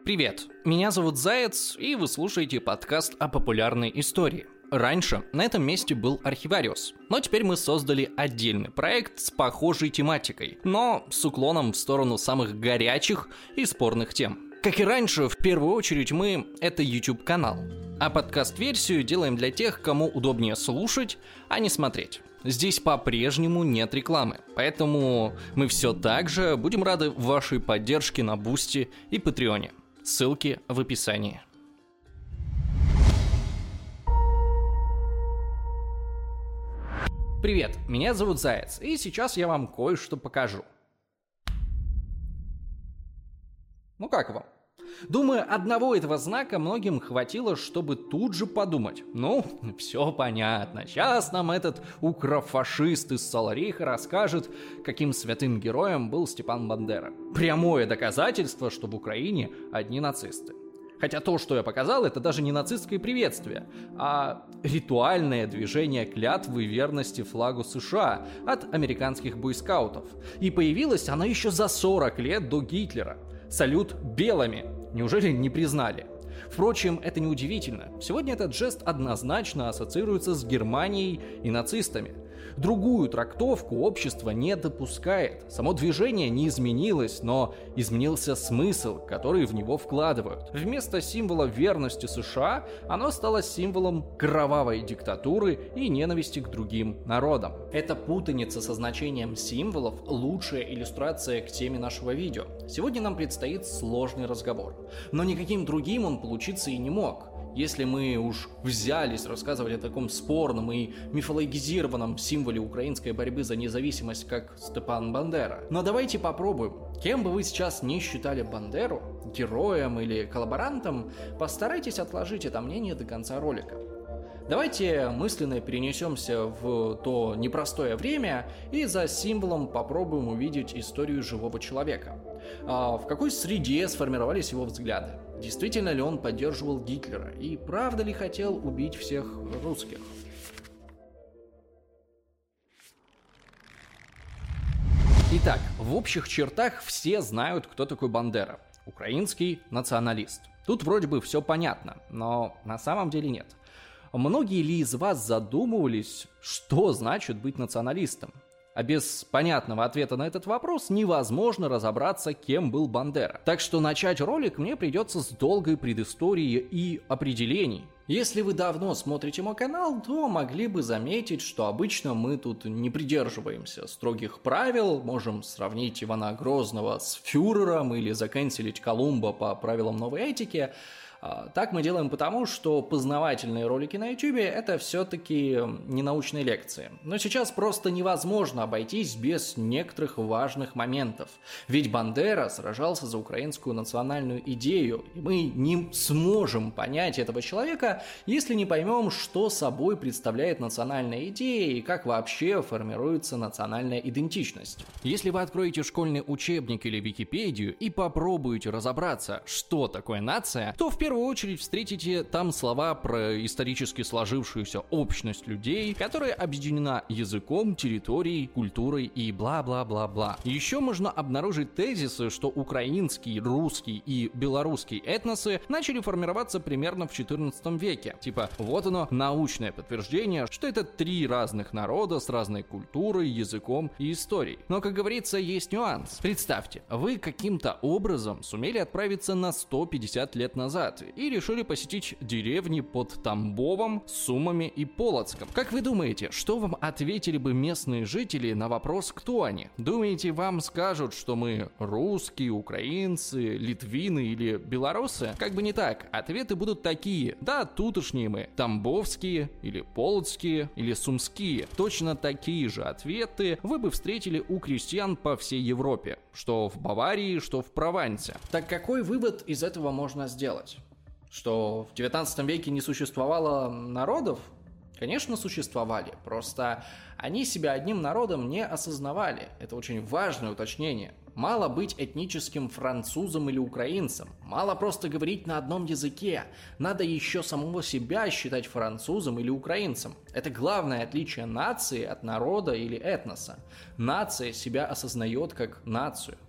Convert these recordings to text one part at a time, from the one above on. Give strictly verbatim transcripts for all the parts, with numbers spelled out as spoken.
Привет, меня зовут Заяц, и вы слушаете подкаст о популярной истории. Раньше на этом месте был Архивариус, но теперь мы создали отдельный проект с похожей тематикой, но с уклоном в сторону самых горячих и спорных тем. Как и раньше, в первую очередь мы — это YouTube-канал, а подкаст-версию делаем для тех, кому удобнее слушать, а не смотреть. Здесь по-прежнему нет рекламы, поэтому мы все так же будем рады вашей поддержке на Бусти и Патреоне. Ссылки в описании. Привет, меня зовут Заяц, и сейчас я вам кое-что покажу. Ну как вам? Думаю, одного этого знака многим хватило, чтобы тут же подумать. Ну, все понятно. Сейчас нам этот укрофашист из Саларейха расскажет, каким святым героем был Степан Бандера. Прямое доказательство, что в Украине одни нацисты. Хотя то, что я показал, это даже не нацистское приветствие, а ритуальное движение клятвы верности флагу США от американских бойскаутов. И появилась она еще за сорок лет до Гитлера. Салют белыми. Неужели не признали? Впрочем, это неудивительно. Сегодня этот жест однозначно ассоциируется с Германией и нацистами. Другую трактовку общество не допускает. Само движение не изменилось, но изменился смысл, который в него вкладывают. Вместо символа верности США оно стало символом кровавой диктатуры и ненависти к другим народам. Эта путаница со значением символов – лучшая иллюстрация к теме нашего видео. Сегодня нам предстоит сложный разговор. Но никаким другим он получиться и не мог. Если мы уж взялись рассказывать о таком спорном и мифологизированном символе украинской борьбы за независимость, как Степан Бандера. Но давайте попробуем. Кем бы вы сейчас не считали Бандеру, героем или коллаборантом, постарайтесь отложить это мнение до конца ролика. Давайте мысленно перенесемся в то непростое время и за символом попробуем увидеть историю живого человека. А в какой среде сформировались его взгляды? Действительно ли он поддерживал Гитлера? И правда ли хотел убить всех русских? Итак, в общих чертах все знают, кто такой Бандера. Украинский националист. Тут вроде бы все понятно, но на самом деле нет. Многие ли из вас задумывались, что значит быть националистом? А без понятного ответа на этот вопрос невозможно разобраться, кем был Бандера. Так что начать ролик мне придется с долгой предыстории и определений. Если вы давно смотрите мой канал, то могли бы заметить, что обычно мы тут не придерживаемся строгих правил, можем сравнить Ивана Грозного с фюрером или заканцелить Колумба по правилам новой этики. Так мы делаем потому, что познавательные ролики на YouTube — это все-таки не научные лекции. Но сейчас просто невозможно обойтись без некоторых важных моментов. Ведь Бандера сражался за украинскую национальную идею, и мы не сможем понять этого человека, если не поймем, что собой представляет национальная идея и как вообще формируется национальная идентичность. Если вы откроете школьный учебник или Википедию и попробуете разобраться, что такое нация, то в первую В первую очередь встретите там слова про исторически сложившуюся общность людей, которая объединена языком, территорией, культурой и бла-бла-бла-бла. Еще можно обнаружить тезисы, что украинский, русский и белорусский этносы начали формироваться примерно в четырнадцатом веке. Типа, вот оно, научное подтверждение, что это три разных народа с разной культурой, языком и историей. Но, как говорится, есть нюанс. Представьте, вы каким-то образом сумели отправиться на сто пятьдесят лет назад и решили посетить деревни под Тамбовом, Сумами и Полоцком. Как вы думаете, что вам ответили бы местные жители на вопрос, кто они? Думаете, вам скажут, что мы русские, украинцы, литвины или белорусы? Как бы не так, ответы будут такие: да, тутошние мы, тамбовские или полоцкие или сумские. Точно такие же ответы вы бы встретили у крестьян по всей Европе, что в Баварии, что в Провансе. Так какой вывод из этого можно сделать? Что в девятнадцатом веке не существовало народов? Конечно, существовали, просто они себя одним народом не осознавали. Это очень важное уточнение. Мало быть этническим французом или украинцем, мало просто говорить на одном языке, надо еще самого себя считать французом или украинцем. Это главное отличие нации от народа или этноса. Нация себя осознает как нацию.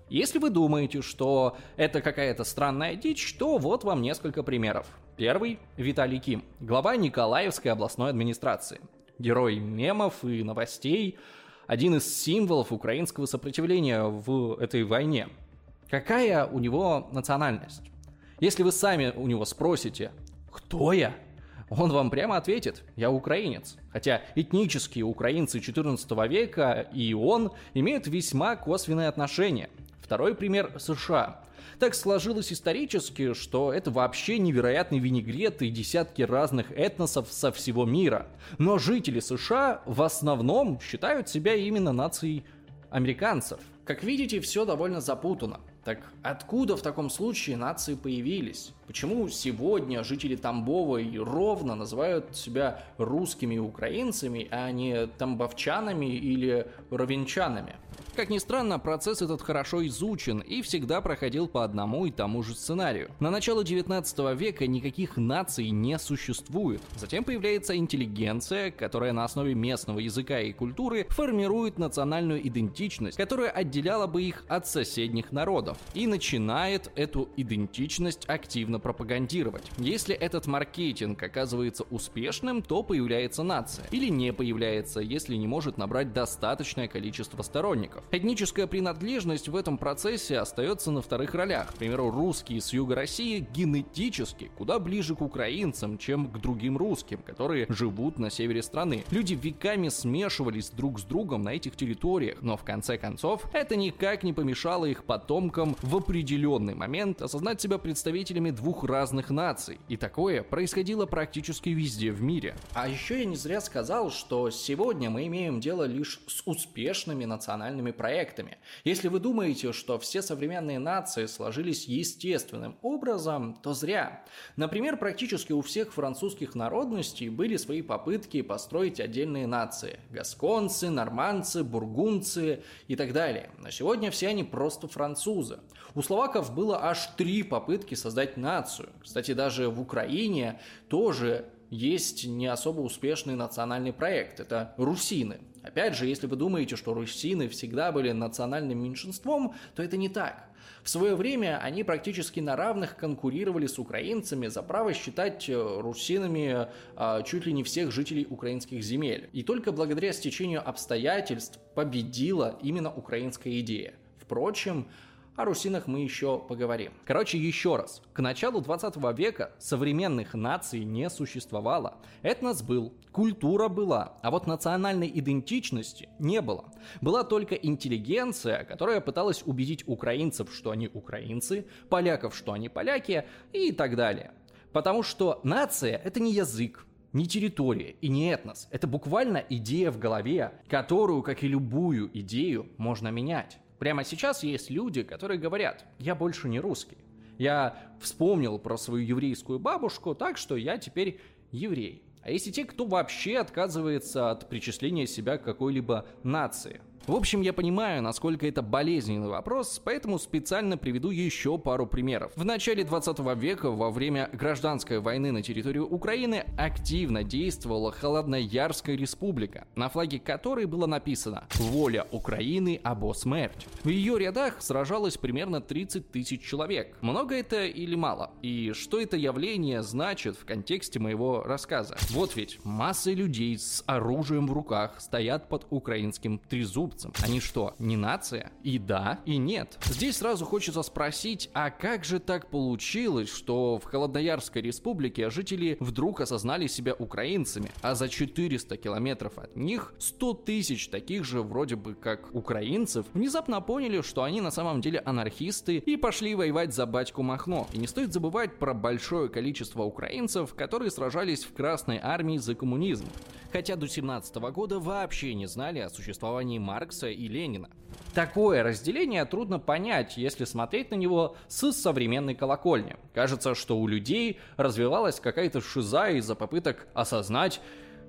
Если вы думаете, что это какая-то странная дичь, то вот вам несколько примеров. Первый – Виталий Ким, глава Николаевской областной администрации. Герой мемов и новостей, один из символов украинского сопротивления в этой войне. Какая у него национальность? Если вы сами у него спросите «Кто я?», он вам прямо ответит «Я украинец». Хотя этнические украинцы четырнадцатого века и он имеют весьма косвенные отношения. Второй пример – США. Так сложилось исторически, что это вообще невероятный винегрет и десятки разных этносов со всего мира. Но жители США в основном считают себя именно нацией американцев. Как видите, все довольно запутанно. Так откуда в таком случае нации появились? Почему сегодня жители Тамбова и Ровно называют себя русскими украинцами, а не тамбовчанами или ровенчанами? Как ни странно, процесс этот хорошо изучен и всегда проходил по одному и тому же сценарию. На начало девятнадцатого века никаких наций не существует. Затем появляется интеллигенция, которая на основе местного языка и культуры формирует национальную идентичность, которая отделяла бы их от соседних народов, и начинает эту идентичность активно пропагандировать. Если этот маркетинг оказывается успешным, то появляется нация. Или не появляется, если не может набрать достаточное количество сторонников. Этническая принадлежность в этом процессе остается на вторых ролях. К примеру, русские с юга России генетически куда ближе к украинцам, чем к другим русским, которые живут на севере страны. Люди веками смешивались друг с другом на этих территориях, но в конце концов это никак не помешало их потомкам в определенный момент осознать себя представителями двух разных наций. И такое происходило практически везде в мире. А еще я не зря сказал, что сегодня мы имеем дело лишь с успешными национальными проектами. Если вы думаете, что все современные нации сложились естественным образом, то зря. Например, практически у всех французских народностей были свои попытки построить отдельные нации. Гасконцы, нормандцы, бургундцы и так далее. Но сегодня все они просто французы. У словаков было аж три попытки создать нацию. Кстати, даже в Украине тоже есть не особо успешный национальный проект. Это русины. Опять же, если вы думаете, что русины всегда были национальным меньшинством, то это не так. В свое время они практически на равных конкурировали с украинцами за право считать русинами а, чуть ли не всех жителей украинских земель. И только благодаря стечению обстоятельств победила именно украинская идея. Впрочем, о русинах мы еще поговорим. Короче, еще раз. К началу двадцатого века современных наций не существовало. Этнос был, культура была, а вот национальной идентичности не было. Была только интеллигенция, которая пыталась убедить украинцев, что они украинцы, поляков, что они поляки и так далее. Потому что нация – это не язык, не территория и не этнос. Это буквально идея в голове, которую, как и любую идею, можно менять. Прямо сейчас есть люди, которые говорят: я больше не русский. Я вспомнил про свою еврейскую бабушку, так что я теперь еврей. А есть и те, кто вообще отказывается от причисления себя к какой-либо нации. В общем, я понимаю, насколько это болезненный вопрос, поэтому специально приведу еще пару примеров. В начале двадцатого века, во время гражданской войны на территории Украины, активно действовала Холодноярская республика, на флаге которой было написано «Воля Украины або смерть». В ее рядах сражалось примерно тридцать тысяч человек. Много это или мало? И что это явление значит в контексте моего рассказа? Вот ведь масса людей с оружием в руках стоят под украинским трезубцем. Они что, не нация? И да, и нет. Здесь сразу хочется спросить, а как же так получилось, что в Холодноярской республике жители вдруг осознали себя украинцами, а за четыреста километров от них сто тысяч таких же вроде бы как украинцев внезапно поняли, что они на самом деле анархисты и пошли воевать за батьку Махно. И не стоит забывать про большое количество украинцев, которые сражались в Красной армии за коммунизм, хотя до семнадцатого года вообще не знали о существовании Маркса и Ленина. Такое разделение трудно понять, если смотреть на него с современной колокольни. Кажется, что у людей развивалась какая-то шиза из-за попыток осознать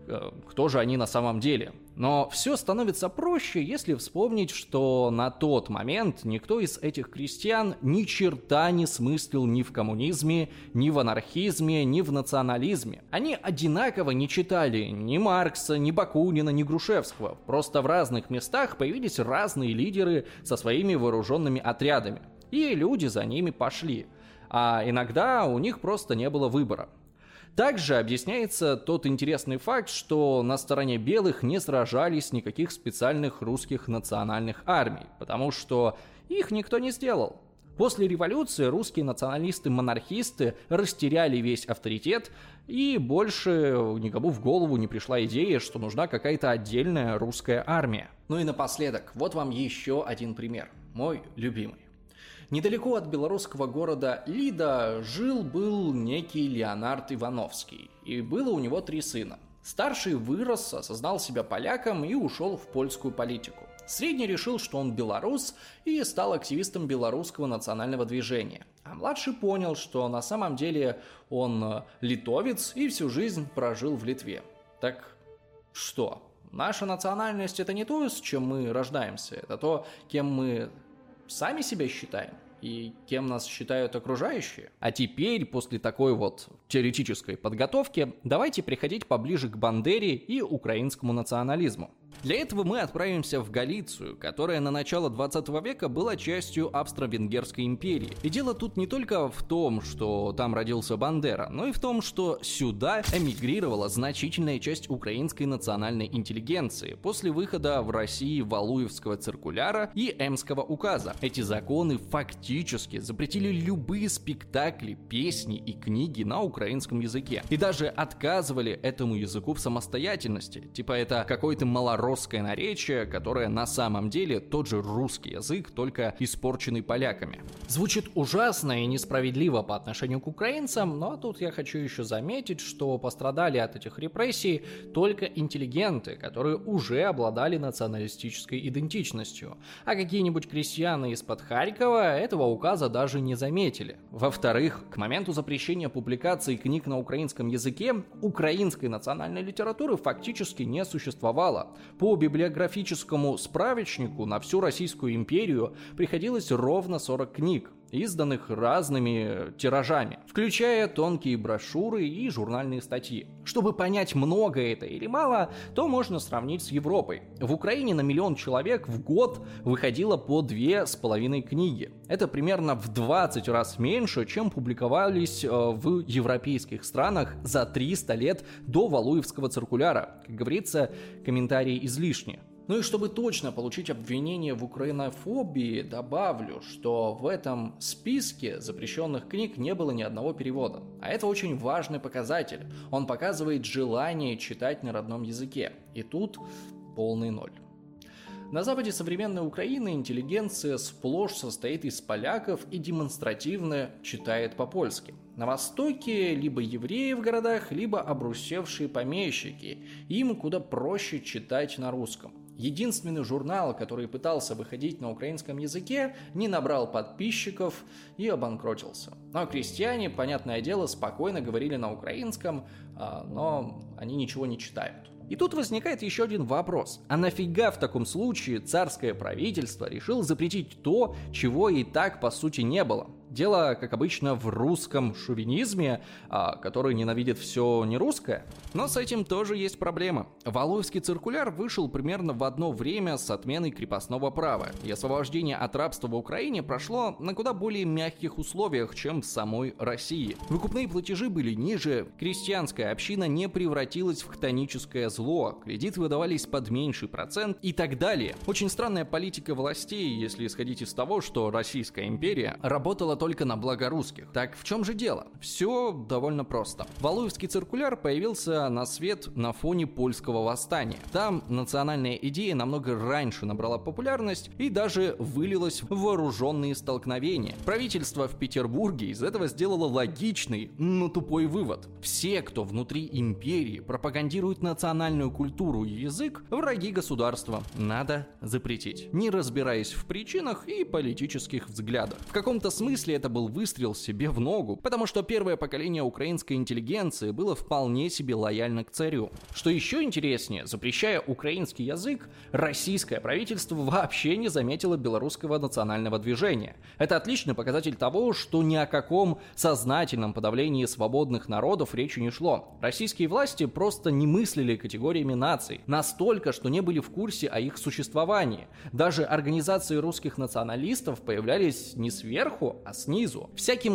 кто же они на самом деле. Но все становится проще, если вспомнить, что на тот момент никто из этих крестьян ни черта не смыслил ни в коммунизме, ни в анархизме, ни в национализме. Они одинаково не читали ни Маркса, ни Бакунина, ни Грушевского. Просто в разных местах появились разные лидеры со своими вооруженными отрядами. И люди за ними пошли. А иногда у них просто не было выбора. Также объясняется тот интересный факт, что на стороне белых не сражались никаких специальных русских национальных армий, потому что их никто не сделал. После революции русские националисты-монархисты растеряли весь авторитет, и больше никому в голову не пришла идея, что нужна какая-то отдельная русская армия. Ну и напоследок, вот вам еще один пример, мой любимый. Недалеко от белорусского города Лида жил-был некий Леонард Ивановский, и было у него три сына. Старший вырос, осознал себя поляком и ушел в польскую политику. Средний решил, что он белорус, и стал активистом белорусского национального движения. А младший понял, что на самом деле он литовец и всю жизнь прожил в Литве. Так что? Наша национальность — это не то, с чем мы рождаемся, это то, кем мы сами себя считаем и кем нас считают окружающие. А теперь, после такой вот теоретической подготовки, давайте приходить поближе к Бандере и украинскому национализму. Для этого мы отправимся в Галицию, которая на начало двадцатого века была частью Австро-Венгерской империи. И дело тут не только в том, что там родился Бандера, но и в том, что сюда эмигрировала значительная часть украинской национальной интеллигенции после выхода в России Валуевского циркуляра и Эмского указа. Эти законы фактически запретили любые спектакли, песни и книги на украинском языке. И даже отказывали этому языку в самостоятельности. Типа это какой-то малоросское наречие, которое на самом деле тот же русский язык, только испорченный поляками. Звучит ужасно и несправедливо по отношению к украинцам, но тут я хочу еще заметить, что пострадали от этих репрессий только интеллигенты, которые уже обладали националистической идентичностью, а какие-нибудь крестьяне из-под Харькова этого указа даже не заметили. Во-вторых, к моменту запрещения публикации книг на украинском языке украинской национальной литературы фактически не существовало. По библиографическому справочнику на всю Российскую империю приходилось ровно сорок книг, изданных разными тиражами, включая тонкие брошюры и журнальные статьи. Чтобы понять, много это или мало, то можно сравнить с Европой. В Украине на миллион человек в год выходило по две с половиной книги. Это примерно в двадцать раз меньше, чем публиковались в европейских странах за триста лет до Валуевского циркуляра. Как говорится, комментарии излишни. Ну и чтобы точно получить обвинение в украинофобии, добавлю, что в этом списке запрещенных книг не было ни одного перевода. А это очень важный показатель. Он показывает желание читать на родном языке. И тут полный ноль. На западе современной Украины интеллигенция сплошь состоит из поляков и демонстративно читает по-польски. На востоке либо евреи в городах, либо обрусевшие помещики. Им куда проще читать на русском. Единственный журнал, который пытался выходить на украинском языке, не набрал подписчиков и обанкротился. Но крестьяне, понятное дело, спокойно говорили на украинском, но они ничего не читают. И тут возникает еще один вопрос. А нафига в таком случае царское правительство решило запретить то, чего и так по сути не было? Дело, как обычно, в русском шовинизме, а, который ненавидит все нерусское. Но с этим тоже есть проблема. Валуевский циркуляр вышел примерно в одно время с отменой крепостного права, и освобождение от рабства в Украине прошло на куда более мягких условиях, чем в самой России. Выкупные платежи были ниже, крестьянская община не превратилась в хтоническое зло, кредиты выдавались под меньший процент и так далее. Очень странная политика властей, если исходить из того, что Российская империя работала только на благо русских. Так в чем же дело? Все довольно просто. Валуевский циркуляр появился на свет на фоне польского восстания. Там национальная идея намного раньше набрала популярность и даже вылилась в вооруженные столкновения. Правительство в Петербурге из этого сделало логичный, но тупой вывод. Все, кто внутри империи пропагандирует национальную культуру и язык, враги государства. Надо запретить, не разбираясь в причинах и политических взглядах. В каком-то смысле если это был выстрел себе в ногу, потому что первое поколение украинской интеллигенции было вполне себе лояльно к царю. Что еще интереснее, запрещая украинский язык, российское правительство вообще не заметило белорусского национального движения. Это отличный показатель того, что ни о каком сознательном подавлении свободных народов речи не шло. Российские власти просто не мыслили категориями наций, настолько, что не были в курсе о их существовании. Даже организации русских националистов появлялись не сверху, а снизу. Всяким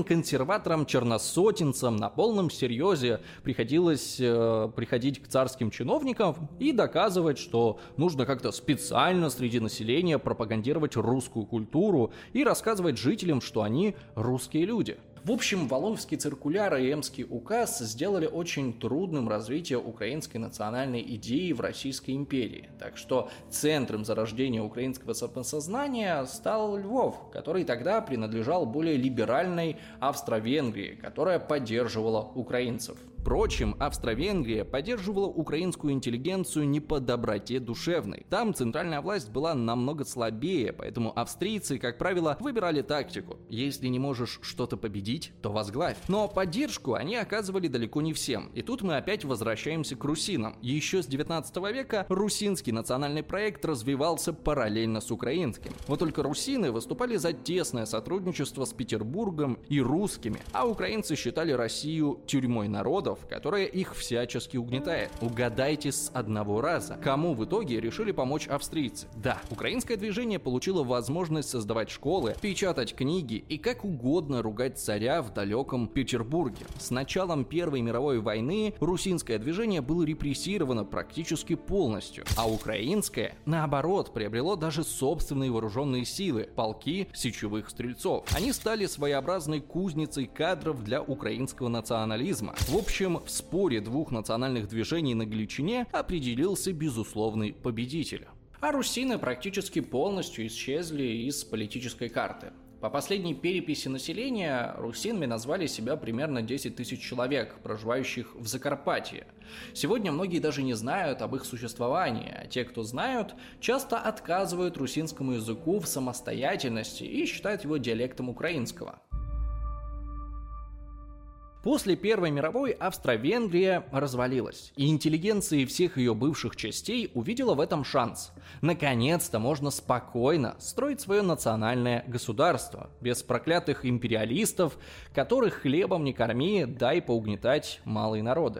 консерваторам-черносотенцам на полном серьезе приходилось э, приходить к царским чиновникам и доказывать, что нужно как-то специально среди населения пропагандировать русскую культуру и рассказывать жителям, что они русские люди. В общем, Валуевский циркуляр и Эмский указ сделали очень трудным развитие украинской национальной идеи в Российской империи. Так что центром зарождения украинского самосознания стал Львов, который тогда принадлежал более либеральной Австро-Венгрии, которая поддерживала украинцев. Впрочем, Австро-Венгрия поддерживала украинскую интеллигенцию не по доброте душевной. Там центральная власть была намного слабее, поэтому австрийцы, как правило, выбирали тактику. Если не можешь что-то победить, то возглавь. Но поддержку они оказывали далеко не всем. И тут мы опять возвращаемся к русинам. Еще с девятнадцатого века русинский национальный проект развивался параллельно с украинским. Вот только русины выступали за тесное сотрудничество с Петербургом и русскими, а украинцы считали Россию тюрьмой народов, которая их всячески угнетает. Угадайте с одного раза, кому в итоге решили помочь австрийцы. Да, украинское движение получило возможность создавать школы, печатать книги и как угодно ругать царя в далеком Петербурге. С началом Первой мировой войны русинское движение было репрессировано практически полностью, а украинское, наоборот, приобрело даже собственные вооруженные силы – полки сечевых стрельцов. Они стали своеобразной кузницей кадров для украинского национализма. В общем, в споре двух национальных движений на Галичине определился безусловный победитель. А русины практически полностью исчезли из политической карты. По последней переписи населения русинами назвали себя примерно десять тысяч человек, проживающих в Закарпатье. Сегодня многие даже не знают об их существовании, а те, кто знают, часто отказывают русинскому языку в самостоятельности и считают его диалектом украинского. После Первой мировой Австро-Венгрия развалилась, и интеллигенция всех ее бывших частей увидела в этом шанс. Наконец-то можно спокойно строить свое национальное государство, без проклятых империалистов, которых хлебом не корми, дай поугнетать малые народы.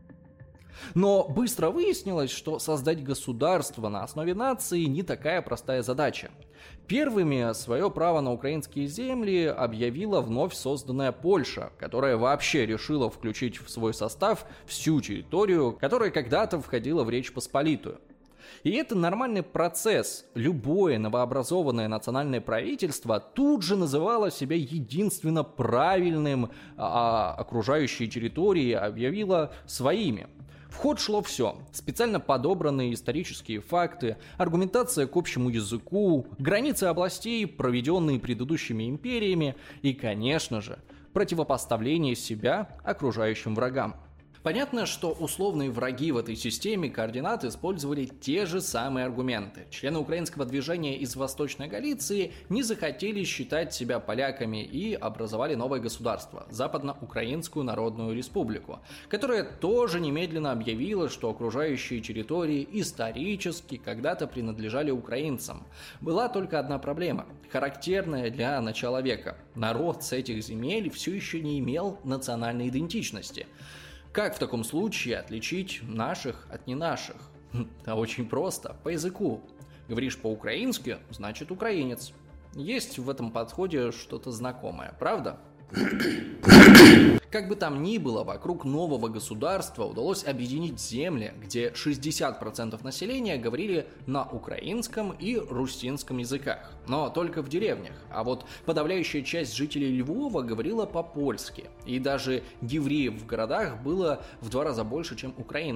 Но быстро выяснилось, что создать государство на основе нации не такая простая задача. Первыми свое право на украинские земли объявила вновь созданная Польша, которая вообще решила включить в свой состав всю территорию, которая когда-то входила в Речь Посполитую. И это нормальный процесс. Любое новообразованное национальное правительство тут же называло себя единственно правильным, а окружающие территории объявило своими. В ход шло все. Специально подобранные исторические факты, аргументация к общему языку, границы областей, проведенные предыдущими империями и, конечно же, противопоставление себя окружающим врагам. Понятно, что условные враги в этой системе координат использовали те же самые аргументы. Члены украинского движения из Восточной Галиции не захотели считать себя поляками и образовали новое государство – Западно-Украинскую Народную Республику, которая тоже немедленно объявила, что окружающие территории исторически когда-то принадлежали украинцам. Была только одна проблема, характерная для начала века – народ с этих земель все еще не имел национальной идентичности. Как в таком случае отличить наших от не наших? Да очень просто, по языку. Говоришь по-украински, значит украинец. Есть в этом подходе что-то знакомое, правда? Как бы там ни было, вокруг нового государства удалось объединить земли, где шестьдесят процентов населения говорили на украинском и русинском языках, но только в деревнях, а вот подавляющая часть жителей Львова говорила по-польски, и даже евреев в городах было в два раза больше, чем украинцев.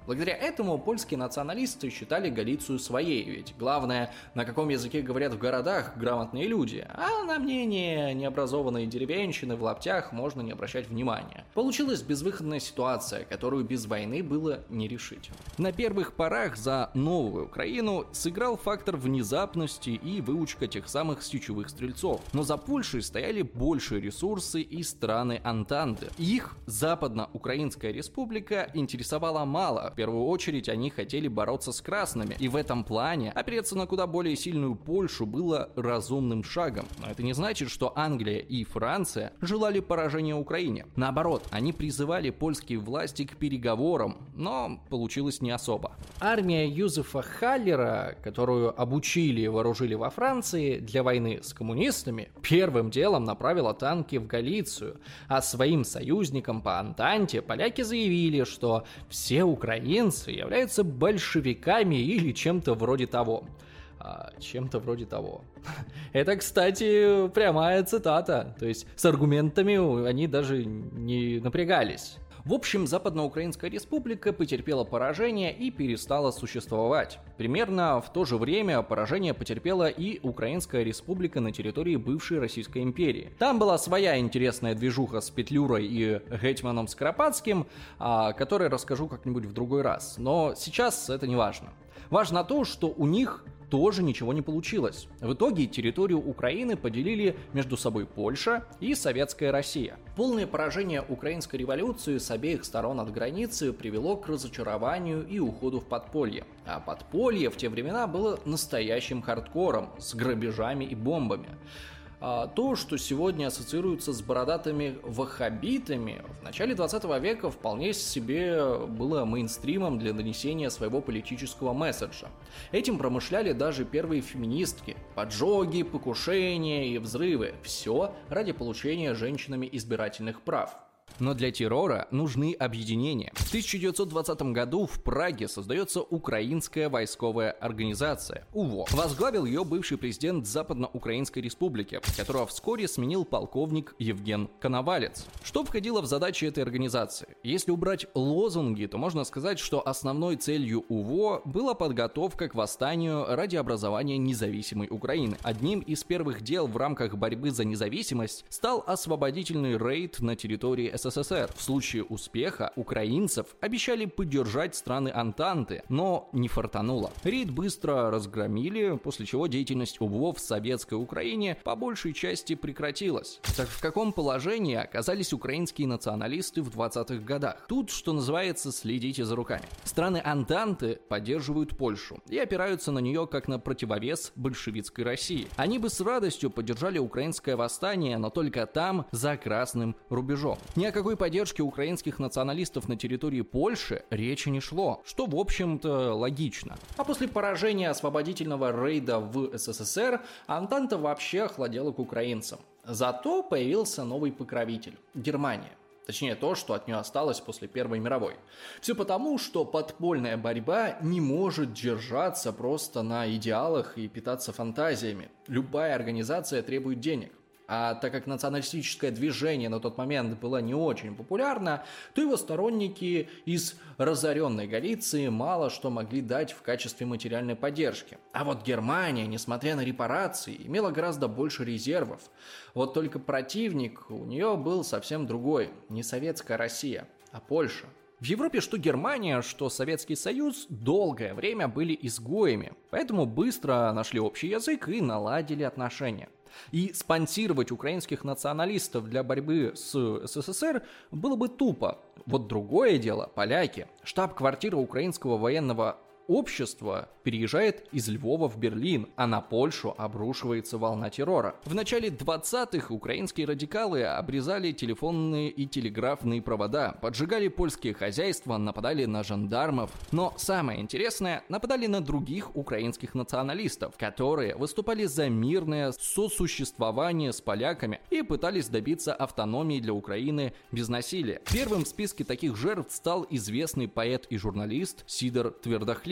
Благодаря этому польские националисты считали Галицию своей, ведь главное, на каком языке говорят в городах грамотные люди, а на мнение необразованные деревенщины в лаптях можно не обращать внимания. Получилась безвыходная ситуация, которую без войны было не решить. На первых порах за новую Украину сыграл фактор внезапности и выучка тех самых сечевых стрельцов, но за Польшей стояли большие ресурсы и страны Антанты. Их Западноукраинская республика интересовала мало. В первую очередь они хотели бороться с красными, и в этом плане опереться на куда более сильную Польшу было разумным шагом. Но это не значит, что Англия и Франция желали поражения Украине. Наоборот, они призывали польские власти к переговорам, но получилось не особо. Армия Юзефа Халлера, которую обучили и вооружили во Франции для войны с коммунистами, первым делом направила танки в Галицию, а своим союзникам по Антанте поляки заявили, что все украинцы являются большевиками или чем-то вроде того. А, чем-то вроде того. Это, кстати, прямая цитата. То есть с аргументами они даже не напрягались. В общем, Западноукраинская республика потерпела поражение и перестала существовать. Примерно в то же время поражение потерпела и Украинская республика на территории бывшей Российской империи. Там была своя интересная движуха с Петлюрой и гетьманом Скоропадским, о которой расскажу как-нибудь в другой раз. Но сейчас это не важно. Важно то, что у них тоже ничего не получилось. В итоге территорию Украины поделили между собой Польша и Советская Россия. Полное поражение украинской революции с обеих сторон от границы привело к разочарованию и уходу в подполье. А подполье в те времена было настоящим хардкором с грабежами и бомбами. А то, что сегодня ассоциируется с бородатыми ваххабитами, в начале двадцатого века вполне себе было мейнстримом для донесения своего политического месседжа. Этим промышляли даже первые феминистки. Поджоги, покушения и взрывы. Все ради получения женщинами избирательных прав. Но для террора нужны объединения. В тысяча девятьсот двадцатом году в Праге создается Украинская войсковая организация УВО. Возглавил ее бывший президент Западноукраинской республики, которого вскоре сменил полковник Евген Коновалец. Что входило в задачи этой организации? Если убрать лозунги, то можно сказать, что основной целью УВО была подготовка к восстанию ради образования независимой Украины. Одним из первых дел в рамках борьбы за независимость стал освободительный рейд на территории СССР. В случае успеха украинцев обещали поддержать страны Антанты, но не фартануло. Рейд быстро разгромили, после чего деятельность УВО в советской Украине по большей части прекратилась. Так в каком положении оказались украинские националисты в двадцатых годах? Тут, что называется, следите за руками. Страны Антанты поддерживают Польшу и опираются на нее как на противовес большевистской России. Они бы с радостью поддержали украинское восстание, но только там, за красным рубежом. Ни о какой поддержке украинских националистов на территории Польши речи не шло, что, в общем-то, логично. А после поражения освободительного рейда в СССР Антанта вообще охладела к украинцам. Зато появился новый покровитель – Германия. Точнее, то, что от нее осталось после Первой мировой. Все потому, что подпольная борьба не может держаться просто на идеалах и питаться фантазиями. Любая организация требует денег. А так как националистическое движение на тот момент было не очень популярно, то его сторонники из разоренной Галиции мало что могли дать в качестве материальной поддержки. А вот Германия, несмотря на репарации, имела гораздо больше резервов. Вот только противник у нее был совсем другой. Не советская Россия, а Польша. В Европе что Германия, что Советский Союз долгое время были изгоями, поэтому быстро нашли общий язык и наладили отношения. И спонсировать украинских националистов для борьбы с СССР было бы тупо. Вот другое дело – поляки. Штаб-квартира украинского военного общество переезжает из Львова в Берлин, а на Польшу обрушивается волна террора. В начале двадцатых украинские радикалы обрезали телефонные и телеграфные провода, поджигали польские хозяйства, нападали на жандармов. Но самое интересное, нападали на других украинских националистов, которые выступали за мирное сосуществование с поляками и пытались добиться автономии для Украины без насилия. Первым в списке таких жертв стал известный поэт и журналист Сидор Твердохлеб.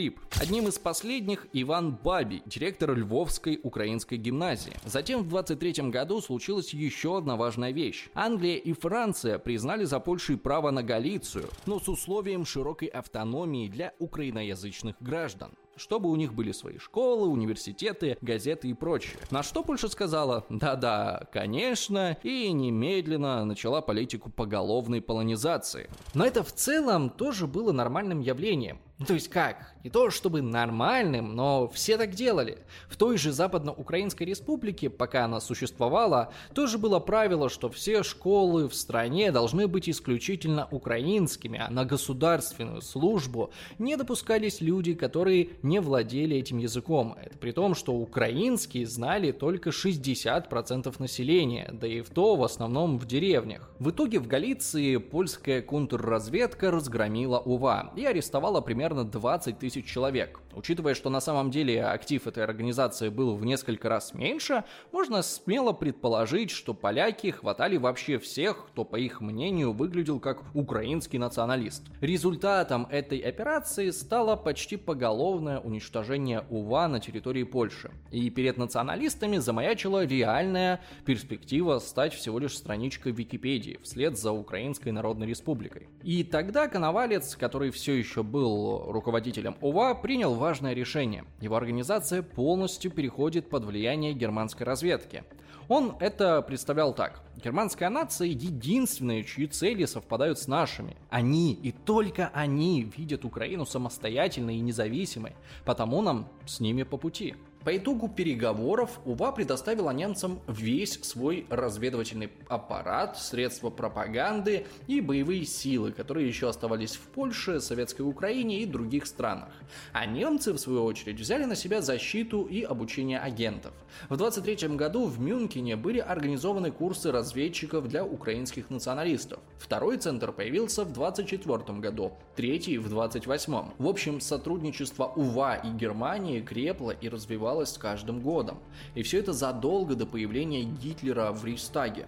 Филипп. Одним из последних Иван Бабий, директор Львовской украинской гимназии. Затем в двадцать третьем году случилась еще одна важная вещь. Англия и Франция признали за Польшей право на Галицию, но с условием широкой автономии для украиноязычных граждан, чтобы у них были свои школы, университеты, газеты и прочее. На что Польша сказала: да-да, конечно, и немедленно начала политику поголовной полонизации. Но это в целом тоже было нормальным явлением. То есть как? Не то чтобы нормальным, но все так делали. В той же Западноукраинской республике, пока она существовала, тоже было правило, что все школы в стране должны быть исключительно украинскими, а на государственную службу не допускались люди, которые не владели этим языком. Это при том, что украинский знали только шестьдесят процентов населения, да и в то в основном в деревнях. В итоге в Галиции польская контрразведка разгромила УВА и арестовала примерно двадцать тысяч человек. Учитывая, что на самом деле актив этой организации был в несколько раз меньше, можно смело предположить, что поляки хватали вообще всех, кто, по их мнению, выглядел как украинский националист. Результатом этой операции стало почти поголовное уничтожение УВА на территории Польши. И перед националистами замаячила реальная перспектива стать всего лишь страничкой Википедии вслед за Украинской Народной Республикой. И тогда Коновалец, который все еще был руководителем УВА, принял важное решение. Его организация полностью переходит под влияние германской разведки. Он это представлял так: германская нация единственная, чьи цели совпадают с нашими. Они и только они видят Украину самостоятельной и независимой, потому нам с ними по пути. По итогу переговоров УВА предоставила немцам весь свой разведывательный аппарат, средства пропаганды и боевые силы, которые еще оставались в Польше, Советской Украине и других странах. А немцы, в свою очередь, взяли на себя защиту и обучение агентов. В двадцать третьем году в Мюнхене были организованы курсы разведчиков для украинских националистов. Второй центр появился в двадцать четвёртом году, третий в двадцать восьмом. В общем, сотрудничество УВА и Германии крепло и развивалось с каждым годом. И все это задолго до появления Гитлера в Рейхстаге.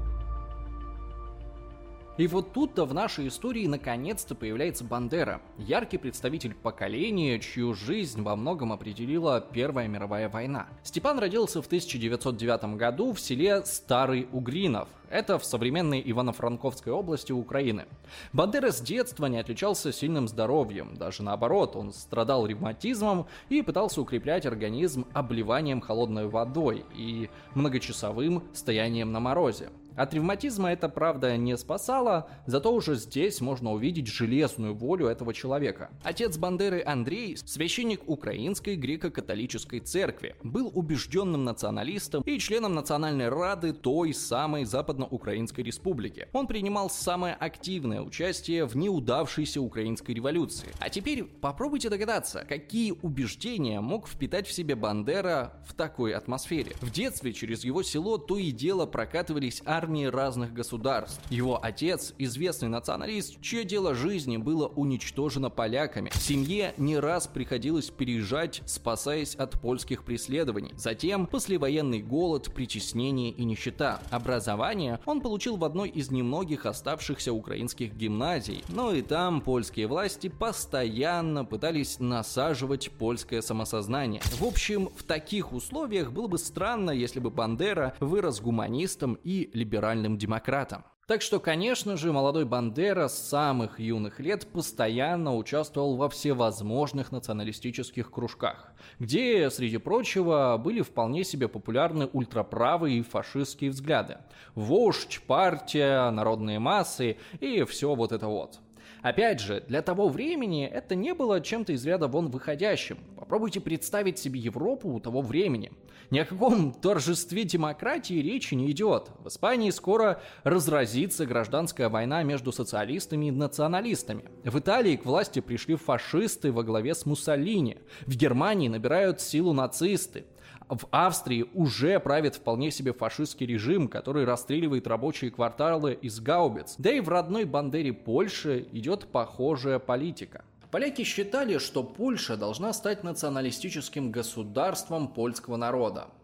И вот тут-то в нашей истории наконец-то появляется Бандера, яркий представитель поколения, чью жизнь во многом определила Первая мировая война. Степан родился в тысяча девятьсот девятом году в селе Старый Угринов. Это в современной Ивано-Франковской области Украины. Бандера с детства не отличался сильным здоровьем, даже наоборот, он страдал ревматизмом и пытался укреплять организм обливанием холодной водой и многочасовым стоянием на морозе. От ревматизма это, правда, не спасало, зато уже здесь можно увидеть железную волю этого человека. Отец Бандеры Андрей, священник Украинской греко-католической церкви, был убежденным националистом и членом Национальной Рады той самой Западноукраинской республики. Он принимал самое активное участие в неудавшейся украинской революции. А теперь попробуйте догадаться, какие убеждения мог впитать в себе Бандера в такой атмосфере. В детстве через его село то и дело прокатывались армии армии разных государств. Его отец – известный националист, чье дело жизни было уничтожено поляками. В семье не раз приходилось переезжать, спасаясь от польских преследований. Затем послевоенный голод, притеснение и нищета. Образование он получил в одной из немногих оставшихся украинских гимназий, но и там польские власти постоянно пытались насаживать польское самосознание. В общем, в таких условиях было бы странно, если бы Бандера вырос гуманистом и либеральным либеральным демократом. Так что, конечно же, молодой Бандера с самых юных лет постоянно участвовал во всевозможных националистических кружках, где, среди прочего, были вполне себе популярны ультраправые и фашистские взгляды. Вождь, партия, народные массы и все вот это вот. Опять же, для того времени это не было чем-то из ряда вон выходящим. Попробуйте представить себе Европу того времени. Ни о каком торжестве демократии речи не идет. В Испании скоро разразится гражданская война между социалистами и националистами. В Италии к власти пришли фашисты во главе с Муссолини. В Германии набирают силу нацисты. В Австрии уже правит вполне себе фашистский режим, который расстреливает рабочие кварталы из гаубиц. Да и в родной Бандере Польши идет похожая политика. Поляки считали, что Польша должна стать националистическим государством польского народа.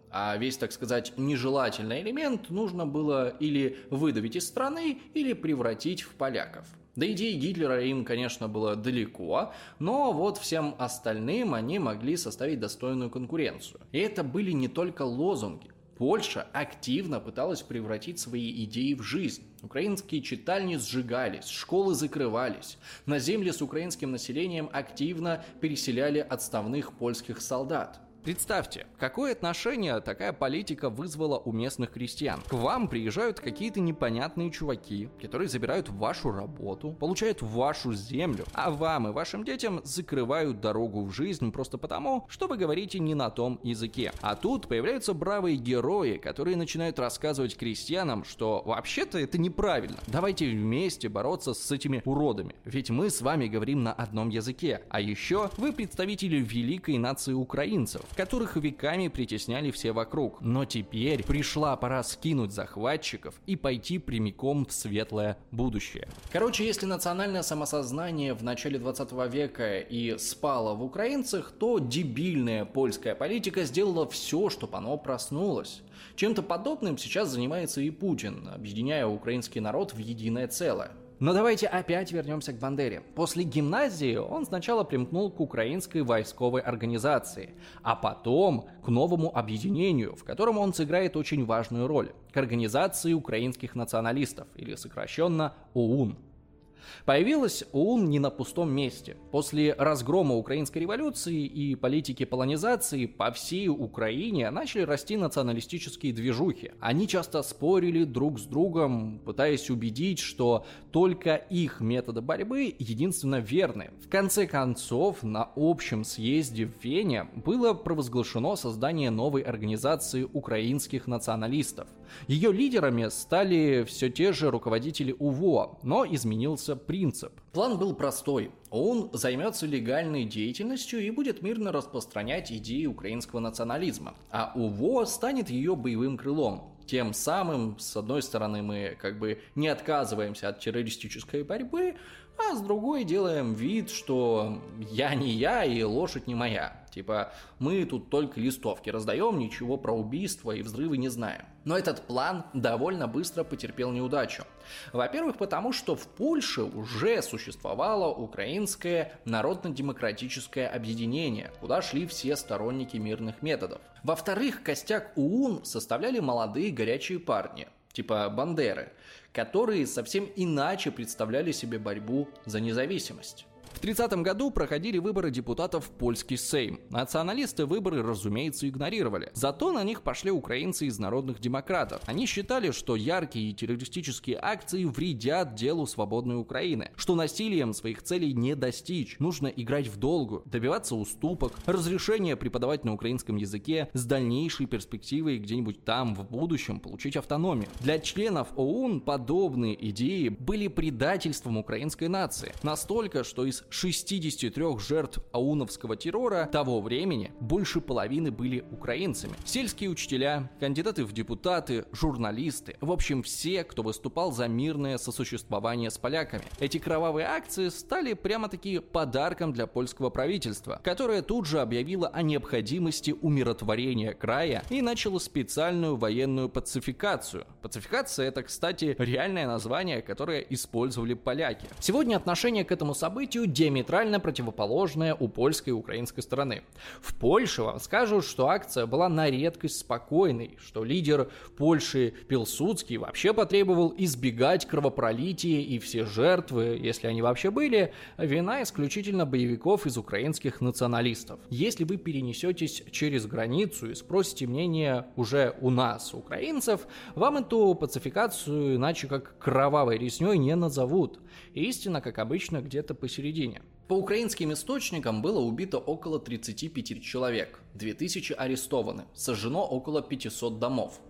а весь, так сказать, нежелательный элемент нужно было или выдавить из страны, или превратить в поляков. До идеи Гитлера им, конечно, было далеко, но вот всем остальным они могли составить достойную конкуренцию. И это были не только лозунги. Польша активно пыталась превратить свои идеи в жизнь. Украинские читальни сжигались, школы закрывались. На земли с украинским населением активно переселяли отставных польских солдат. Представьте, какое отношение такая политика вызвала у местных крестьян. К вам приезжают какие-то непонятные чуваки, которые забирают вашу работу, получают вашу землю, а вам и вашим детям закрывают дорогу в жизнь просто потому, что вы говорите не на том языке. А тут появляются бравые герои, которые начинают рассказывать крестьянам, что вообще-то это неправильно. Давайте вместе бороться с этими уродами, ведь мы с вами говорим на одном языке. А еще вы представители великой нации украинцев, которых веками притесняли все вокруг. Но теперь пришла пора скинуть захватчиков и пойти прямиком в светлое будущее. Короче, если национальное самосознание в начале двадцатого века и спало в украинцах, то дебильная польская политика сделала все, чтобы оно проснулось. Чем-то подобным сейчас занимается и Путин, объединяя украинский народ в единое целое. Но давайте опять вернемся к Бандере. После гимназии он сначала примкнул к украинской войсковой организации, а потом к новому объединению, в котором он сыграет очень важную роль, к организации украинских националистов, или сокращенно ОУН. Появилась ОУН не на пустом месте. После разгрома украинской революции и политики полонизации по всей Украине начали расти националистические движухи. Они часто спорили друг с другом, пытаясь убедить, что только их методы борьбы единственно верны. В конце концов, на общем съезде в Вене было провозглашено создание новой организации украинских националистов. Ее лидерами стали все те же руководители УВО, но изменился принцип. План был простой. ОУН займется легальной деятельностью и будет мирно распространять идеи украинского национализма, а УВО станет ее боевым крылом. Тем самым, с одной стороны, мы как бы не отказываемся от террористической борьбы, а с другой делаем вид, что я не я и лошадь не моя. Типа, мы тут только листовки раздаем, ничего про убийства и взрывы не знаем. Но этот план довольно быстро потерпел неудачу. Во-первых, потому что в Польше уже существовало украинское народно-демократическое объединение, куда шли все сторонники мирных методов. Во-вторых, костяк ОУН составляли молодые горячие парни, типа Бандеры, которые совсем иначе представляли себе борьбу за независимость. В тридцатом году проходили выборы депутатов в польский Сейм. Националисты выборы, разумеется, игнорировали. Зато на них пошли украинцы из народных демократов. Они считали, что яркие террористические акции вредят делу свободной Украины, что насилием своих целей не достичь. Нужно играть в долгую, добиваться уступок, разрешения преподавать на украинском языке с дальнейшей перспективой где-нибудь там, в будущем, получить автономию. Для членов ОУН подобные идеи были предательством украинской нации. Настолько, что из шестидесяти трёх жертв ауновского террора того времени больше половины были украинцами. Сельские учителя, кандидаты в депутаты, журналисты, в общем все, кто выступал за мирное сосуществование с поляками. Эти кровавые акции стали прямо-таки подарком для польского правительства, которое тут же объявило о необходимости умиротворения края и начало специальную военную пацификацию. Пацификация — это, кстати, реальное название, которое использовали поляки. Сегодня отношение к этому событию диаметрально противоположное у польской и украинской стороны. В Польше вам скажут, что акция была на редкость спокойной, что лидер Польши Пилсудский вообще потребовал избегать кровопролития, и все жертвы, если они вообще были, вина исключительно боевиков из украинских националистов. Если вы перенесетесь через границу и спросите мнение уже у нас, украинцев, вам эту пацификацию иначе как кровавой резней не назовут. Истина, как обычно, где-то посередине. По украинским источникам было убито около тридцати пяти человек, две тысячи арестованы, сожжено около пятисот домов.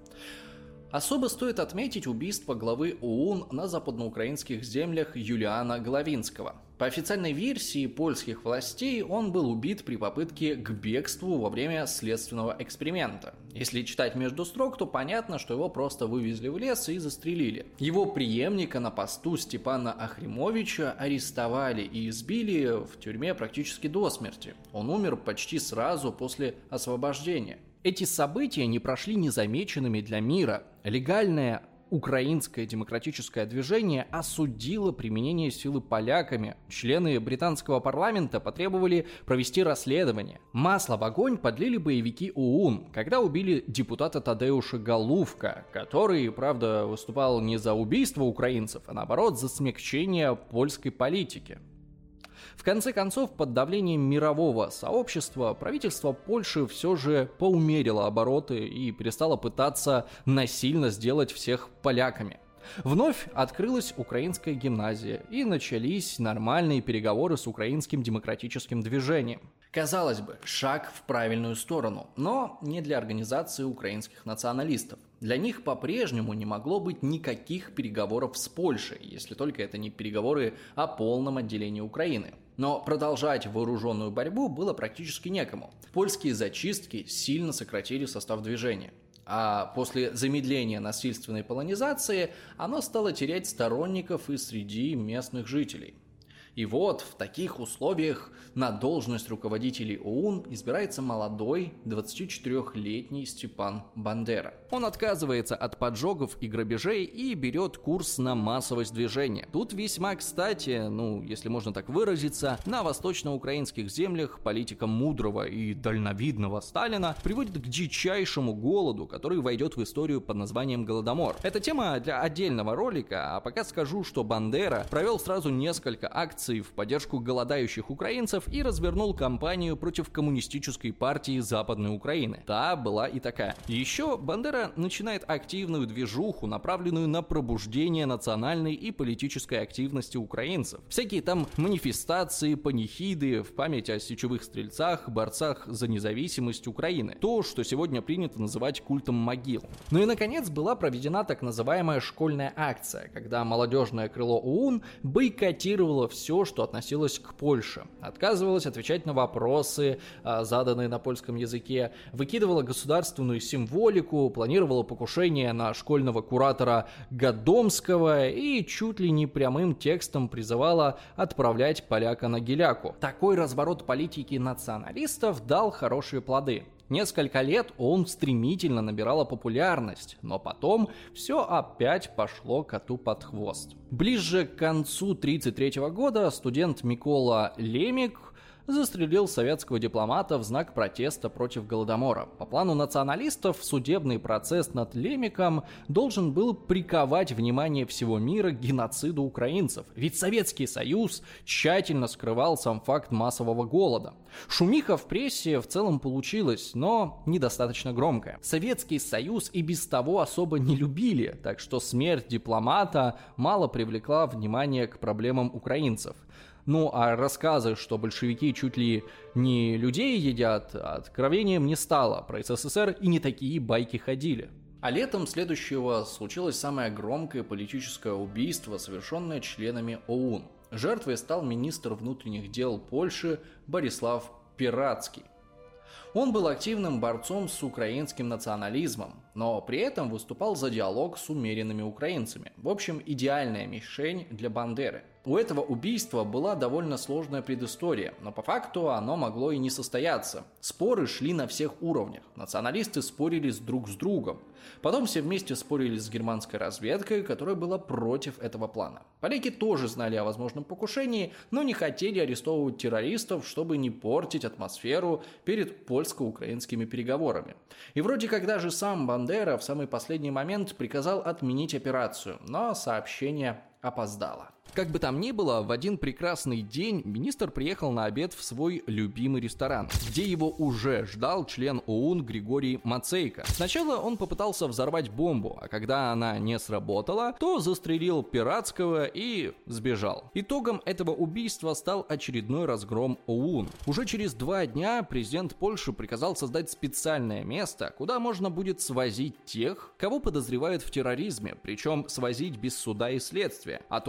Особо стоит отметить убийство главы ОУН на западноукраинских землях Юлиана Главинского. По официальной версии польских властей он был убит при попытке к бегству во время следственного эксперимента. Если читать между строк, то понятно, что его просто вывезли в лес и застрелили. Его преемника на посту Степана Ахримовича арестовали и избили в тюрьме практически до смерти. Он умер почти сразу после освобождения. Эти события не прошли незамеченными для мира. Легальное украинское демократическое движение осудило применение силы поляками. Члены британского парламента потребовали провести расследование. Масло в огонь подлили боевики ОУН, когда убили депутата Тадеуша Голувка, который, правда, выступал не за убийство украинцев, а наоборот за смягчение польской политики. В конце концов, под давлением мирового сообщества правительство Польши все же поумерило обороты и перестало пытаться насильно сделать всех поляками. Вновь открылась украинская гимназия, и начались нормальные переговоры с украинским демократическим движением. Казалось бы, шаг в правильную сторону, но не для организации украинских националистов. Для них по-прежнему не могло быть никаких переговоров с Польшей, если только это не переговоры о полном отделении Украины. Но продолжать вооруженную борьбу было практически некому. Польские зачистки сильно сократили состав движения. А после замедления насильственной полонизации оно стало терять сторонников и среди местных жителей. И вот в таких условиях на должность руководителей ОУН избирается молодой двадцатичетырёхлетний Степан Бандера. Он отказывается от поджогов и грабежей и берет курс на массовость движения. Тут весьма кстати, ну, если можно так выразиться, на восточноукраинских землях политика мудрого и дальновидного Сталина приводит к дичайшему голоду, который войдет в историю под названием Голодомор. Это тема для отдельного ролика, а пока скажу, что Бандера провел сразу несколько акций в поддержку голодающих украинцев и развернул кампанию против коммунистической партии Западной Украины. Та была и такая. Еще Бандера начинает активную движуху, направленную на пробуждение национальной и политической активности украинцев. Всякие там манифестации, панихиды в память о сечевых стрельцах, борцах за независимость Украины. То, что сегодня принято называть культом могил. Ну и наконец была проведена так называемая школьная акция, когда молодежное крыло ОУН бойкотировало все, что относилось к Польше. Отказывалась отвечать на вопросы, заданные на польском языке, выкидывала государственную символику, планировала покушение на школьного куратора Гадомского и чуть ли не прямым текстом призывала отправлять поляка на геляку. Такой разворот политики националистов дал хорошие плоды. Несколько лет он стремительно набирала популярность, но потом все опять пошло коту под хвост. Ближе к концу тридцать третьего года студент Микола Лемик застрелил советского дипломата в знак протеста против Голодомора. По плану националистов, судебный процесс над Лемиком должен был приковать внимание всего мира к геноциду украинцев. Ведь Советский Союз тщательно скрывал сам факт массового голода. Шумиха в прессе в целом получилась, но недостаточно громкая. Советский Союз и без того особо не любили, так что смерть дипломата мало привлекла внимание к проблемам украинцев. Ну а рассказы, что большевики чуть ли не людей едят, откровением не стало. Про СССР и не такие байки ходили. А летом следующего случилось самое громкое политическое убийство, совершенное членами ОУН. Жертвой стал министр внутренних дел Польши Борислав Пиратский. Он был активным борцом с украинским национализмом, но при этом выступал за диалог с умеренными украинцами. В общем, идеальная мишень для Бандеры. У этого убийства была довольно сложная предыстория, но по факту оно могло и не состояться. Споры шли на всех уровнях. Националисты спорили друг с другом. Потом все вместе спорили с германской разведкой, которая была против этого плана. Поляки тоже знали о возможном покушении, но не хотели арестовывать террористов, чтобы не портить атмосферу перед польско-украинскими переговорами. И вроде как даже сам Бандера в самый последний момент приказал отменить операцию, но сообщение опоздало. Как бы там ни было, в один прекрасный день министр приехал на обед в свой любимый ресторан, где его уже ждал член ОУН Григорий Мацейко. Сначала он попытался взорвать бомбу, а когда она не сработала, то застрелил Пиратского и сбежал. Итогом этого убийства стал очередной разгром ОУН. Уже через два дня президент Польши приказал создать специальное место, куда можно будет свозить тех, кого подозревают в терроризме, причем свозить без суда и следствия. А то, чё они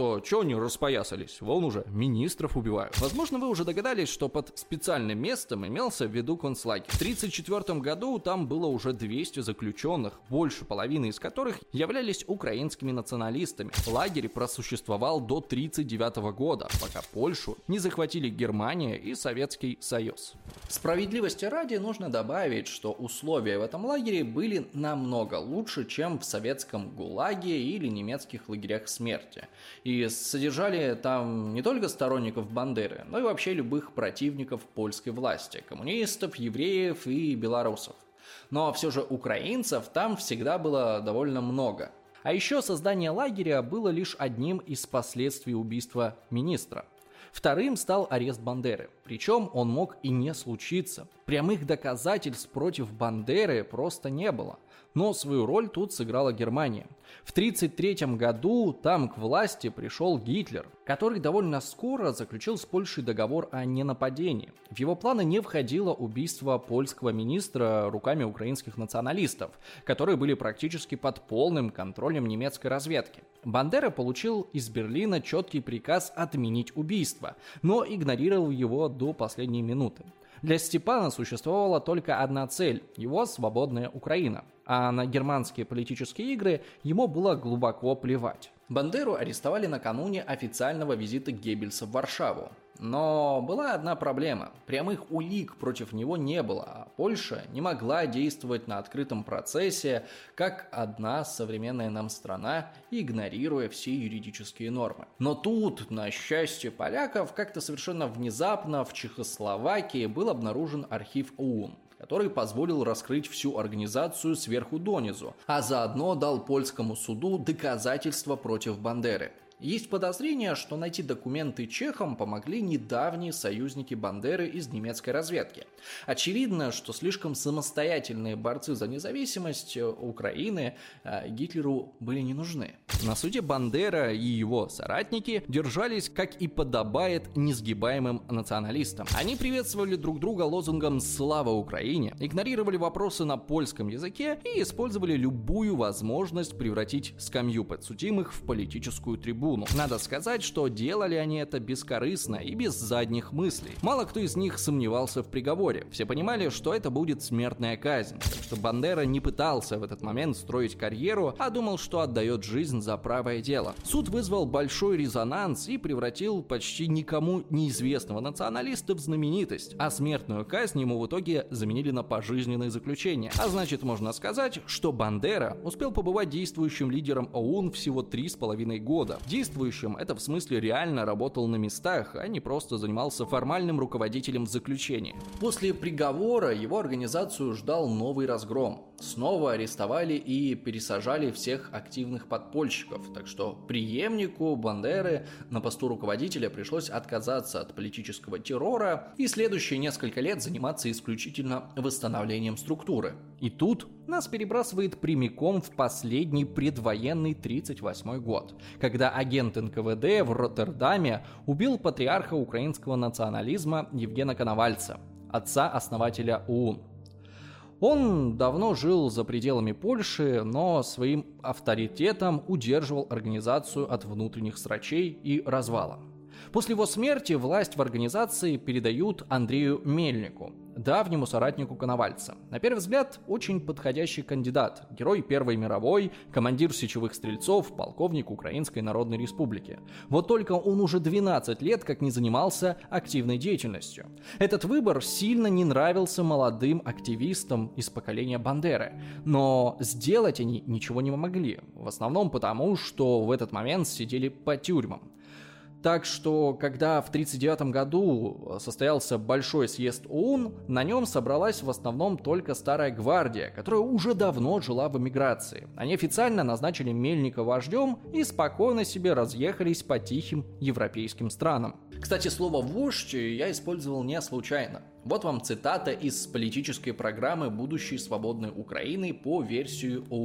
они распоясались? Вон уже министров убивают. Возможно, вы уже догадались, что под специальным местом имелся в виду концлагерь. В тридцать четвёртом году там было уже двести заключенных, больше половины из которых являлись украинскими националистами. Лагерь просуществовал до тридцать девятого года, пока Польшу не захватили Германия и Советский Союз. Справедливости ради нужно добавить, что условия в этом лагере были намного лучше, чем в советском ГУЛАГе или немецких лагерях смерти. И содержали там не только сторонников Бандеры, но и вообще любых противников польской власти, коммунистов, евреев и белорусов. Но все же украинцев там всегда было довольно много. А еще создание лагеря было лишь одним из последствий убийства министра. Вторым стал арест Бандеры, причем он мог и не случиться. Прямых доказательств против Бандеры просто не было. Но свою роль тут сыграла Германия. В тысяча девятьсот тридцать третьем году там к власти пришел Гитлер, который довольно скоро заключил с Польшей договор о ненападении. В его планы не входило убийство польского министра руками украинских националистов, которые были практически под полным контролем немецкой разведки. Бандера получил из Берлина четкий приказ отменить убийство, но игнорировал его до последней минуты. Для Степана существовала только одна цель – его свободная Украина. А на германские политические игры ему было глубоко плевать. Бандеру арестовали накануне официального визита Геббельса в Варшаву. Но была одна проблема. Прямых улик против него не было, а Польша не могла действовать на открытом процессе, как одна современная нам страна, игнорируя все юридические нормы. Но тут, на счастье поляков, как-то совершенно внезапно в Чехословакии был обнаружен архив ОУН, который позволил раскрыть всю организацию сверху донизу, а заодно дал польскому суду доказательства против Бандеры. Есть подозрение, что найти документы чехам помогли недавние союзники Бандеры из немецкой разведки. Очевидно, что слишком самостоятельные борцы за независимость Украины Гитлеру были не нужны. На суде Бандера и его соратники держались, как и подобает несгибаемым националистам. Они приветствовали друг друга лозунгом «Слава Украине», игнорировали вопросы на польском языке и использовали любую возможность превратить скамью подсудимых в политическую трибуну. Надо сказать, что делали они это бескорыстно и без задних мыслей. Мало кто из них сомневался в приговоре. Все понимали, что это будет смертная казнь. Так что Бандера не пытался в этот момент строить карьеру, а думал, что отдает жизнь за правое дело. Суд вызвал большой резонанс и превратил почти никому неизвестного националиста в знаменитость, а смертную казнь ему в итоге заменили на пожизненное заключение. А значит, можно сказать, что Бандера успел побывать действующим лидером ОУН всего три с половиной года. Действующим это в смысле реально работал на местах, а не просто занимался формальным руководителем в заключении. После приговора его организацию ждал новый разгром. Снова арестовали и пересажали всех активных подпольщиков, так что преемнику Бандеры на посту руководителя пришлось отказаться от политического террора и следующие несколько лет заниматься исключительно восстановлением структуры. И тут нас перебрасывает прямиком в последний предвоенный тридцать восьмой год, когда агент эн ка вэ дэ в Роттердаме убил патриарха украинского национализма Евгена Коновальца, отца-основателя ОУН. Он давно жил за пределами Польши, но своим авторитетом удерживал организацию от внутренних срачей и развала. После его смерти власть в организации передают Андрею Мельнику, давнему соратнику Коновальца. На первый взгляд, очень подходящий кандидат, герой Первой мировой, командир сечевых стрельцов, полковник Украинской Народной Республики. Вот только он уже двенадцать лет как не занимался активной деятельностью. Этот выбор сильно не нравился молодым активистам из поколения Бандеры, но сделать они ничего не могли, в основном потому, что в этот момент сидели по тюрьмам. Так что, когда в тысяча девятьсот тридцать девятом году состоялся большой съезд ОУН, на нем собралась в основном только старая гвардия, которая уже давно жила в эмиграции. Они официально назначили Мельника вождем и спокойно себе разъехались по тихим европейским странам. Кстати, слово «вождь» я использовал не случайно. Вот вам цитата из политической программы будущей свободной Украины по версии ОУН.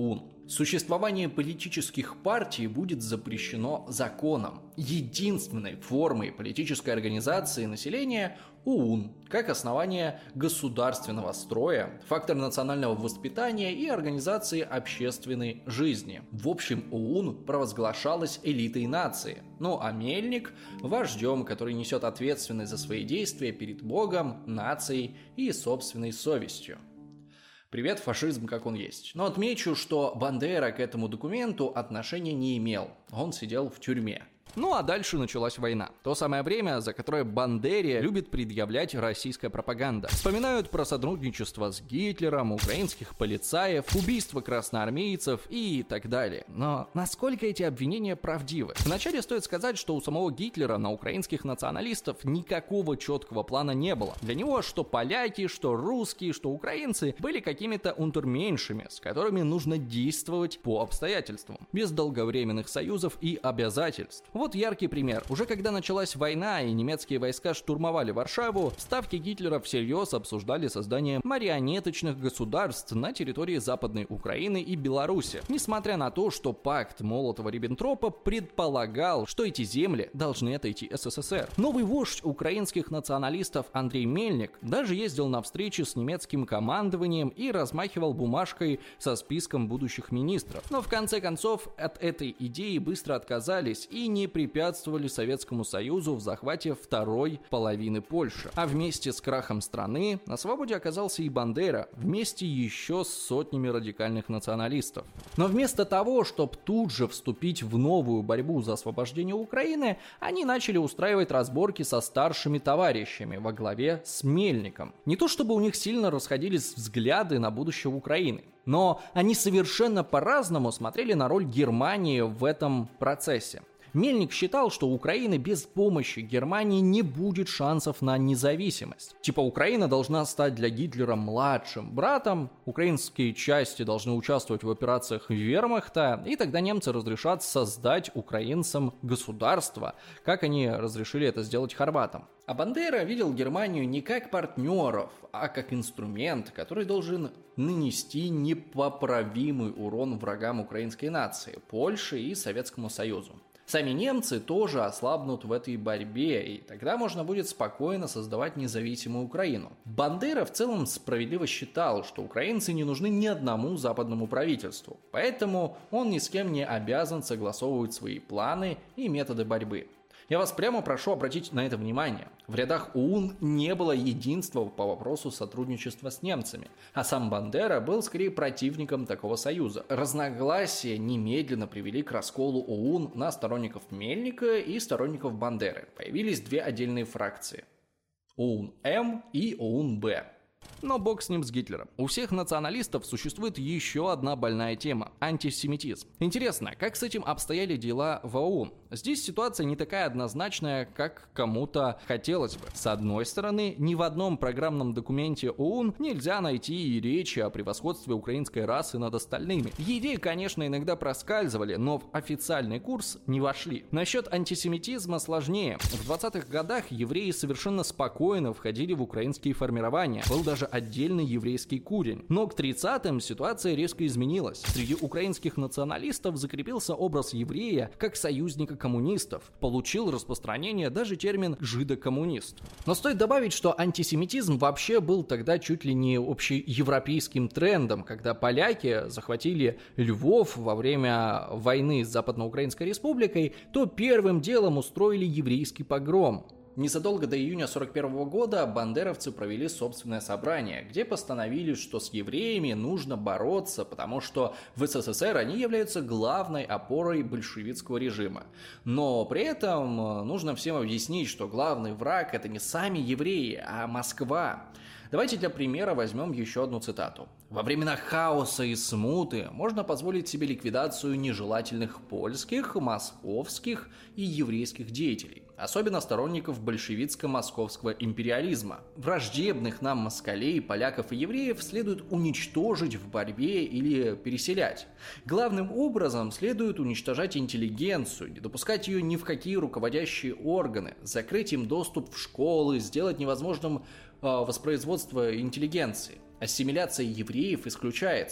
Существование политических партий будет запрещено законом. Единственной формой политической организации населения ОУН, как основание государственного строя, фактор национального воспитания и организации общественной жизни. В общем, ОУН провозглашалась элитой нации. Ну а Мельник – вождем, который несет ответственность за свои действия перед Богом, нацией и собственной совестью. Привет, фашизм, как он есть. Но отмечу, что Бандера к этому документу отношения не имел. Он сидел в тюрьме. Ну а дальше началась война. То самое время, за которое Бандере любит предъявлять российская пропаганда. Вспоминают про сотрудничество с Гитлером, украинских полицаев, убийство красноармейцев и так далее. Но насколько эти обвинения правдивы? Вначале стоит сказать, что у самого Гитлера на украинских националистов никакого четкого плана не было. Для него что поляки, что русские, что украинцы были какими-то унтерменшами, с которыми нужно действовать по обстоятельствам, без долговременных союзов и обязательств. Вот яркий пример. Уже когда началась война и немецкие войска штурмовали Варшаву, в Ставке Гитлера всерьез обсуждали создание марионеточных государств на территории Западной Украины и Беларуси. Несмотря на то, что пакт Молотова-Риббентропа предполагал, что эти земли должны отойти СССР. Новый вождь украинских националистов Андрей Мельник даже ездил на встречи с немецким командованием и размахивал бумажкой со списком будущих министров. Но в конце концов от этой идеи быстро отказались и не препятствовали Советскому Союзу в захвате второй половины Польши. А вместе с крахом страны на свободе оказался и Бандера, вместе еще с сотнями радикальных националистов. Но вместо того, чтобы тут же вступить в новую борьбу за освобождение Украины, они начали устраивать разборки со старшими товарищами во главе с Мельником. Не то чтобы у них сильно расходились взгляды на будущее Украины, но они совершенно по-разному смотрели на роль Германии в этом процессе. Мельник считал, что у Украины без помощи Германии не будет шансов на независимость. Типа Украина должна стать для Гитлера младшим братом, украинские части должны участвовать в операциях вермахта, и тогда немцы разрешат создать украинцам государство, как они разрешили это сделать хорватам. А Бандера видел Германию не как партнеров, а как инструмент, который должен нанести непоправимый урон врагам украинской нации, Польше и Советскому Союзу. Сами немцы тоже ослабнут в этой борьбе, и тогда можно будет спокойно создавать независимую Украину. Бандера в целом справедливо считал, что украинцы не нужны ни одному западному правительству, поэтому он ни с кем не обязан согласовывать свои планы и методы борьбы. Я вас прямо прошу обратить на это внимание. В рядах ОУН не было единства по вопросу сотрудничества с немцами, а сам Бандера был скорее противником такого союза. Разногласия немедленно привели к расколу ОУН на сторонников Мельника и сторонников Бандеры. Появились две отдельные фракции – ОУН-М и ОУН-Б. Но бог с ним, с Гитлером. У всех националистов существует еще одна больная тема – антисемитизм. Интересно, как с этим обстояли дела в ОУН? Здесь ситуация не такая однозначная, как кому-то хотелось бы. С одной стороны, ни в одном программном документе ОУН нельзя найти и речи о превосходстве украинской расы над остальными. Идеи, конечно, иногда проскальзывали, но в официальный курс не вошли. Насчет антисемитизма сложнее. В двадцатых годах евреи совершенно спокойно входили в украинские формирования. Был даже отдельный еврейский курень. Но к тридцатым ситуация резко изменилась. Среди украинских националистов закрепился образ еврея как союзника коммунистов. Получил распространение даже термин «жидокоммунист». Но стоит добавить, что антисемитизм вообще был тогда чуть ли не общеевропейским трендом, когда поляки захватили Львов во время войны с Западноукраинской республикой, то первым делом устроили еврейский погром. Незадолго до июня сорок первого года бандеровцы провели собственное собрание, где постановили, что с евреями нужно бороться, потому что в СССР они являются главной опорой большевистского режима. Но при этом нужно всем объяснить, что главный враг – это не сами евреи, а Москва. Давайте для примера возьмем еще одну цитату. «Во времена хаоса и смуты можно позволить себе ликвидацию нежелательных польских, московских и еврейских деятелей, особенно сторонников большевистско-московского империализма. Враждебных нам москалей, поляков и евреев следует уничтожить в борьбе или переселять. Главным образом следует уничтожать интеллигенцию, не допускать ее ни в какие руководящие органы, закрыть им доступ в школы, сделать невозможным э, воспроизводство интеллигенции. Ассимиляция евреев исключается.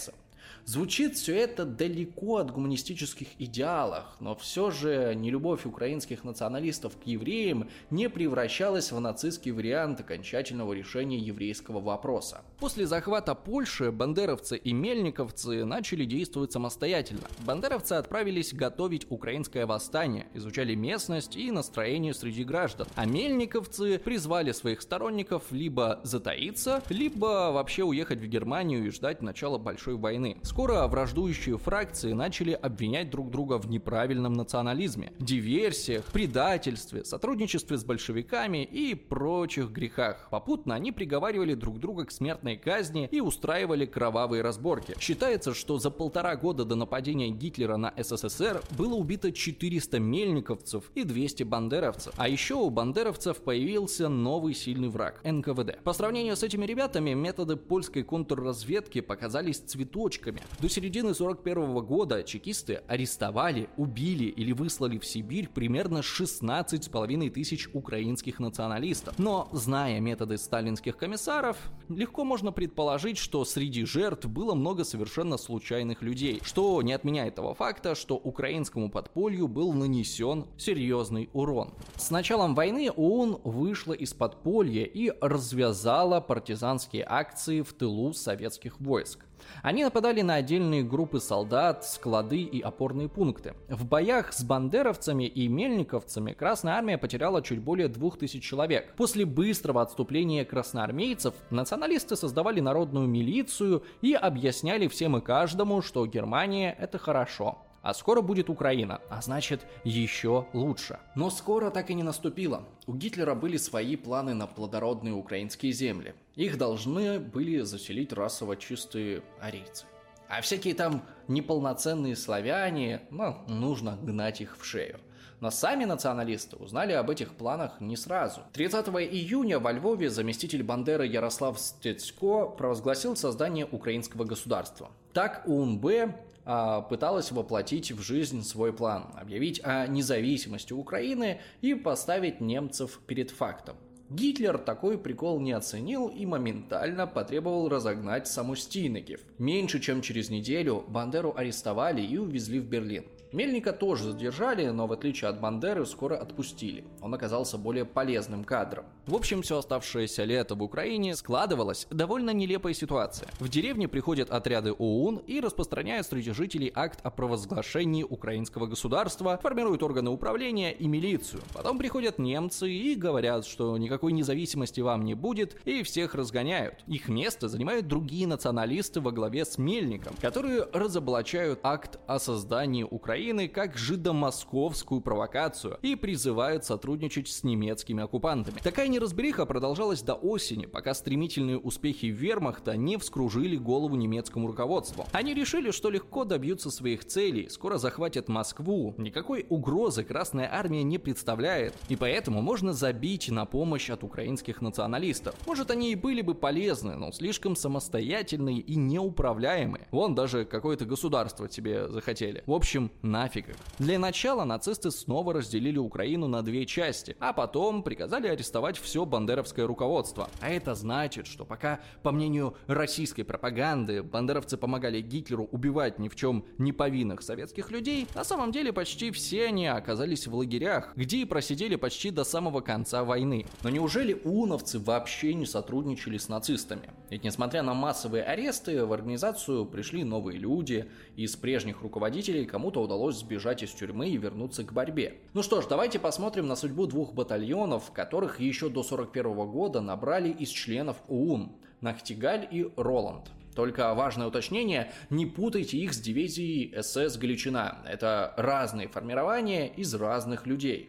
Звучит все это далеко от гуманистических идеалов, но все же нелюбовь украинских националистов к евреям не превращалась в нацистский вариант окончательного решения еврейского вопроса. После захвата Польши бандеровцы и мельниковцы начали действовать самостоятельно. Бандеровцы отправились готовить украинское восстание, изучали местность и настроение среди граждан, а мельниковцы призвали своих сторонников либо затаиться, либо вообще уехать в Германию и ждать начала большой войны. Скоро враждующие фракции начали обвинять друг друга в неправильном национализме, диверсиях, предательстве, сотрудничестве с большевиками и прочих грехах. Попутно они приговаривали друг друга к смертной казни и устраивали кровавые разборки. Считается, что за полтора года до нападения Гитлера на СССР было убито четыреста мельниковцев и двести бандеровцев. А еще у бандеровцев появился новый сильный враг – эн ка вэ дэ. По сравнению с этими ребятами методы польской контрразведки показались цветочками. До середины сорок первого года чекисты арестовали, убили или выслали в Сибирь примерно шестнадцать с половиной тысяч украинских националистов. Но, зная методы сталинских комиссаров, легко можно предположить, что среди жертв было много совершенно случайных людей, что не отменяет того факта, что украинскому подполью был нанесен серьезный урон. С началом войны ОУН вышла из подполья и развязала партизанские акции в тылу советских войск. Они нападали на отдельные группы солдат, склады и опорные пункты. В боях с бандеровцами и мельниковцами Красная Армия потеряла чуть более двух тысяч человек. После быстрого отступления красноармейцев националисты создавали народную милицию и объясняли всем и каждому, что Германия – это хорошо. А скоро будет Украина, а значит еще лучше. Но скоро так и не наступило. У Гитлера были свои планы на плодородные украинские земли. Их должны были заселить расово чистые арийцы. А всякие там неполноценные славяне, ну, нужно гнать их в шею. Но сами националисты узнали об этих планах не сразу. тридцатого июня во Львове заместитель Бандеры Ярослав Стецько провозгласил создание украинского государства. Так УНБ пыталась воплотить в жизнь свой план, объявить о независимости Украины и поставить немцев перед фактом. Гитлер такой прикол не оценил и моментально потребовал разогнать самостийныков. Меньше чем через неделю Бандеру арестовали и увезли в Берлин. Мельника тоже задержали, но в отличие от Бандеры скоро отпустили. Он оказался более полезным кадром. В общем, все оставшееся лето в Украине складывалась довольно нелепая ситуация. В деревне приходят отряды ОУН и распространяют среди жителей акт о провозглашении украинского государства, формируют органы управления и милицию. Потом приходят немцы и говорят, что никакой независимости вам не будет, и всех разгоняют. Их место занимают другие националисты во главе с Мельником, которые разоблачают акт о создании Украины как жидомосковскую провокацию и призывают сотрудничать с немецкими оккупантами. Такая неразбериха продолжалась до осени, пока стремительные успехи вермахта не вскружили голову немецкому руководству. Они решили, что легко добьются своих целей, скоро захватят Москву, никакой угрозы Красная Армия не представляет, и поэтому можно забить на помощь от украинских националистов. Может, они и были бы полезны, но слишком самостоятельные и неуправляемые. Вон даже какое-то государство тебе захотели. В общем, нафиг их. Для начала нацисты снова разделили Украину на две части, а потом приказали арестовать все бандеровское руководство. А это значит, что пока, по мнению российской пропаганды, бандеровцы помогали Гитлеру убивать ни в чем не повинных советских людей, на самом деле почти все они оказались в лагерях, где и просидели почти до самого конца войны. Но неужели ууновцы вообще не сотрудничали с нацистами? Ведь несмотря на массовые аресты, в организацию пришли новые люди, из прежних руководителей кому-то удалось сбежать из тюрьмы и вернуться к борьбе. Ну что ж, давайте посмотрим на судьбу двух батальонов, которых еще до сорок первого года набрали из членов ОУН – Нахтигаль и Роланд. Только важное уточнение, не путайте их с дивизией эс эс Галичина. Это разные формирования из разных людей.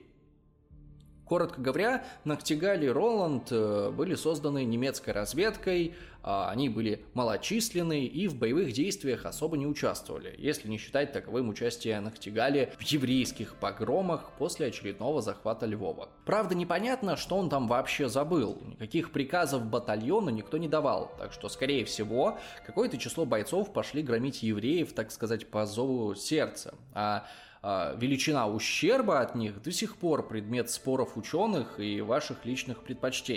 Коротко говоря, Нахтигаль и Роланд были созданы немецкой разведкой, они были малочисленны и в боевых действиях особо не участвовали, если не считать таковым участие Нахтигаля в еврейских погромах после очередного захвата Львова. Правда, непонятно, что он там вообще забыл. Никаких приказов батальону никто не давал, так что, скорее всего, какое-то число бойцов пошли громить евреев, так сказать, по зову сердца. А величина ущерба от них до сих пор предмет споров ученых и ваших личных предпочтений.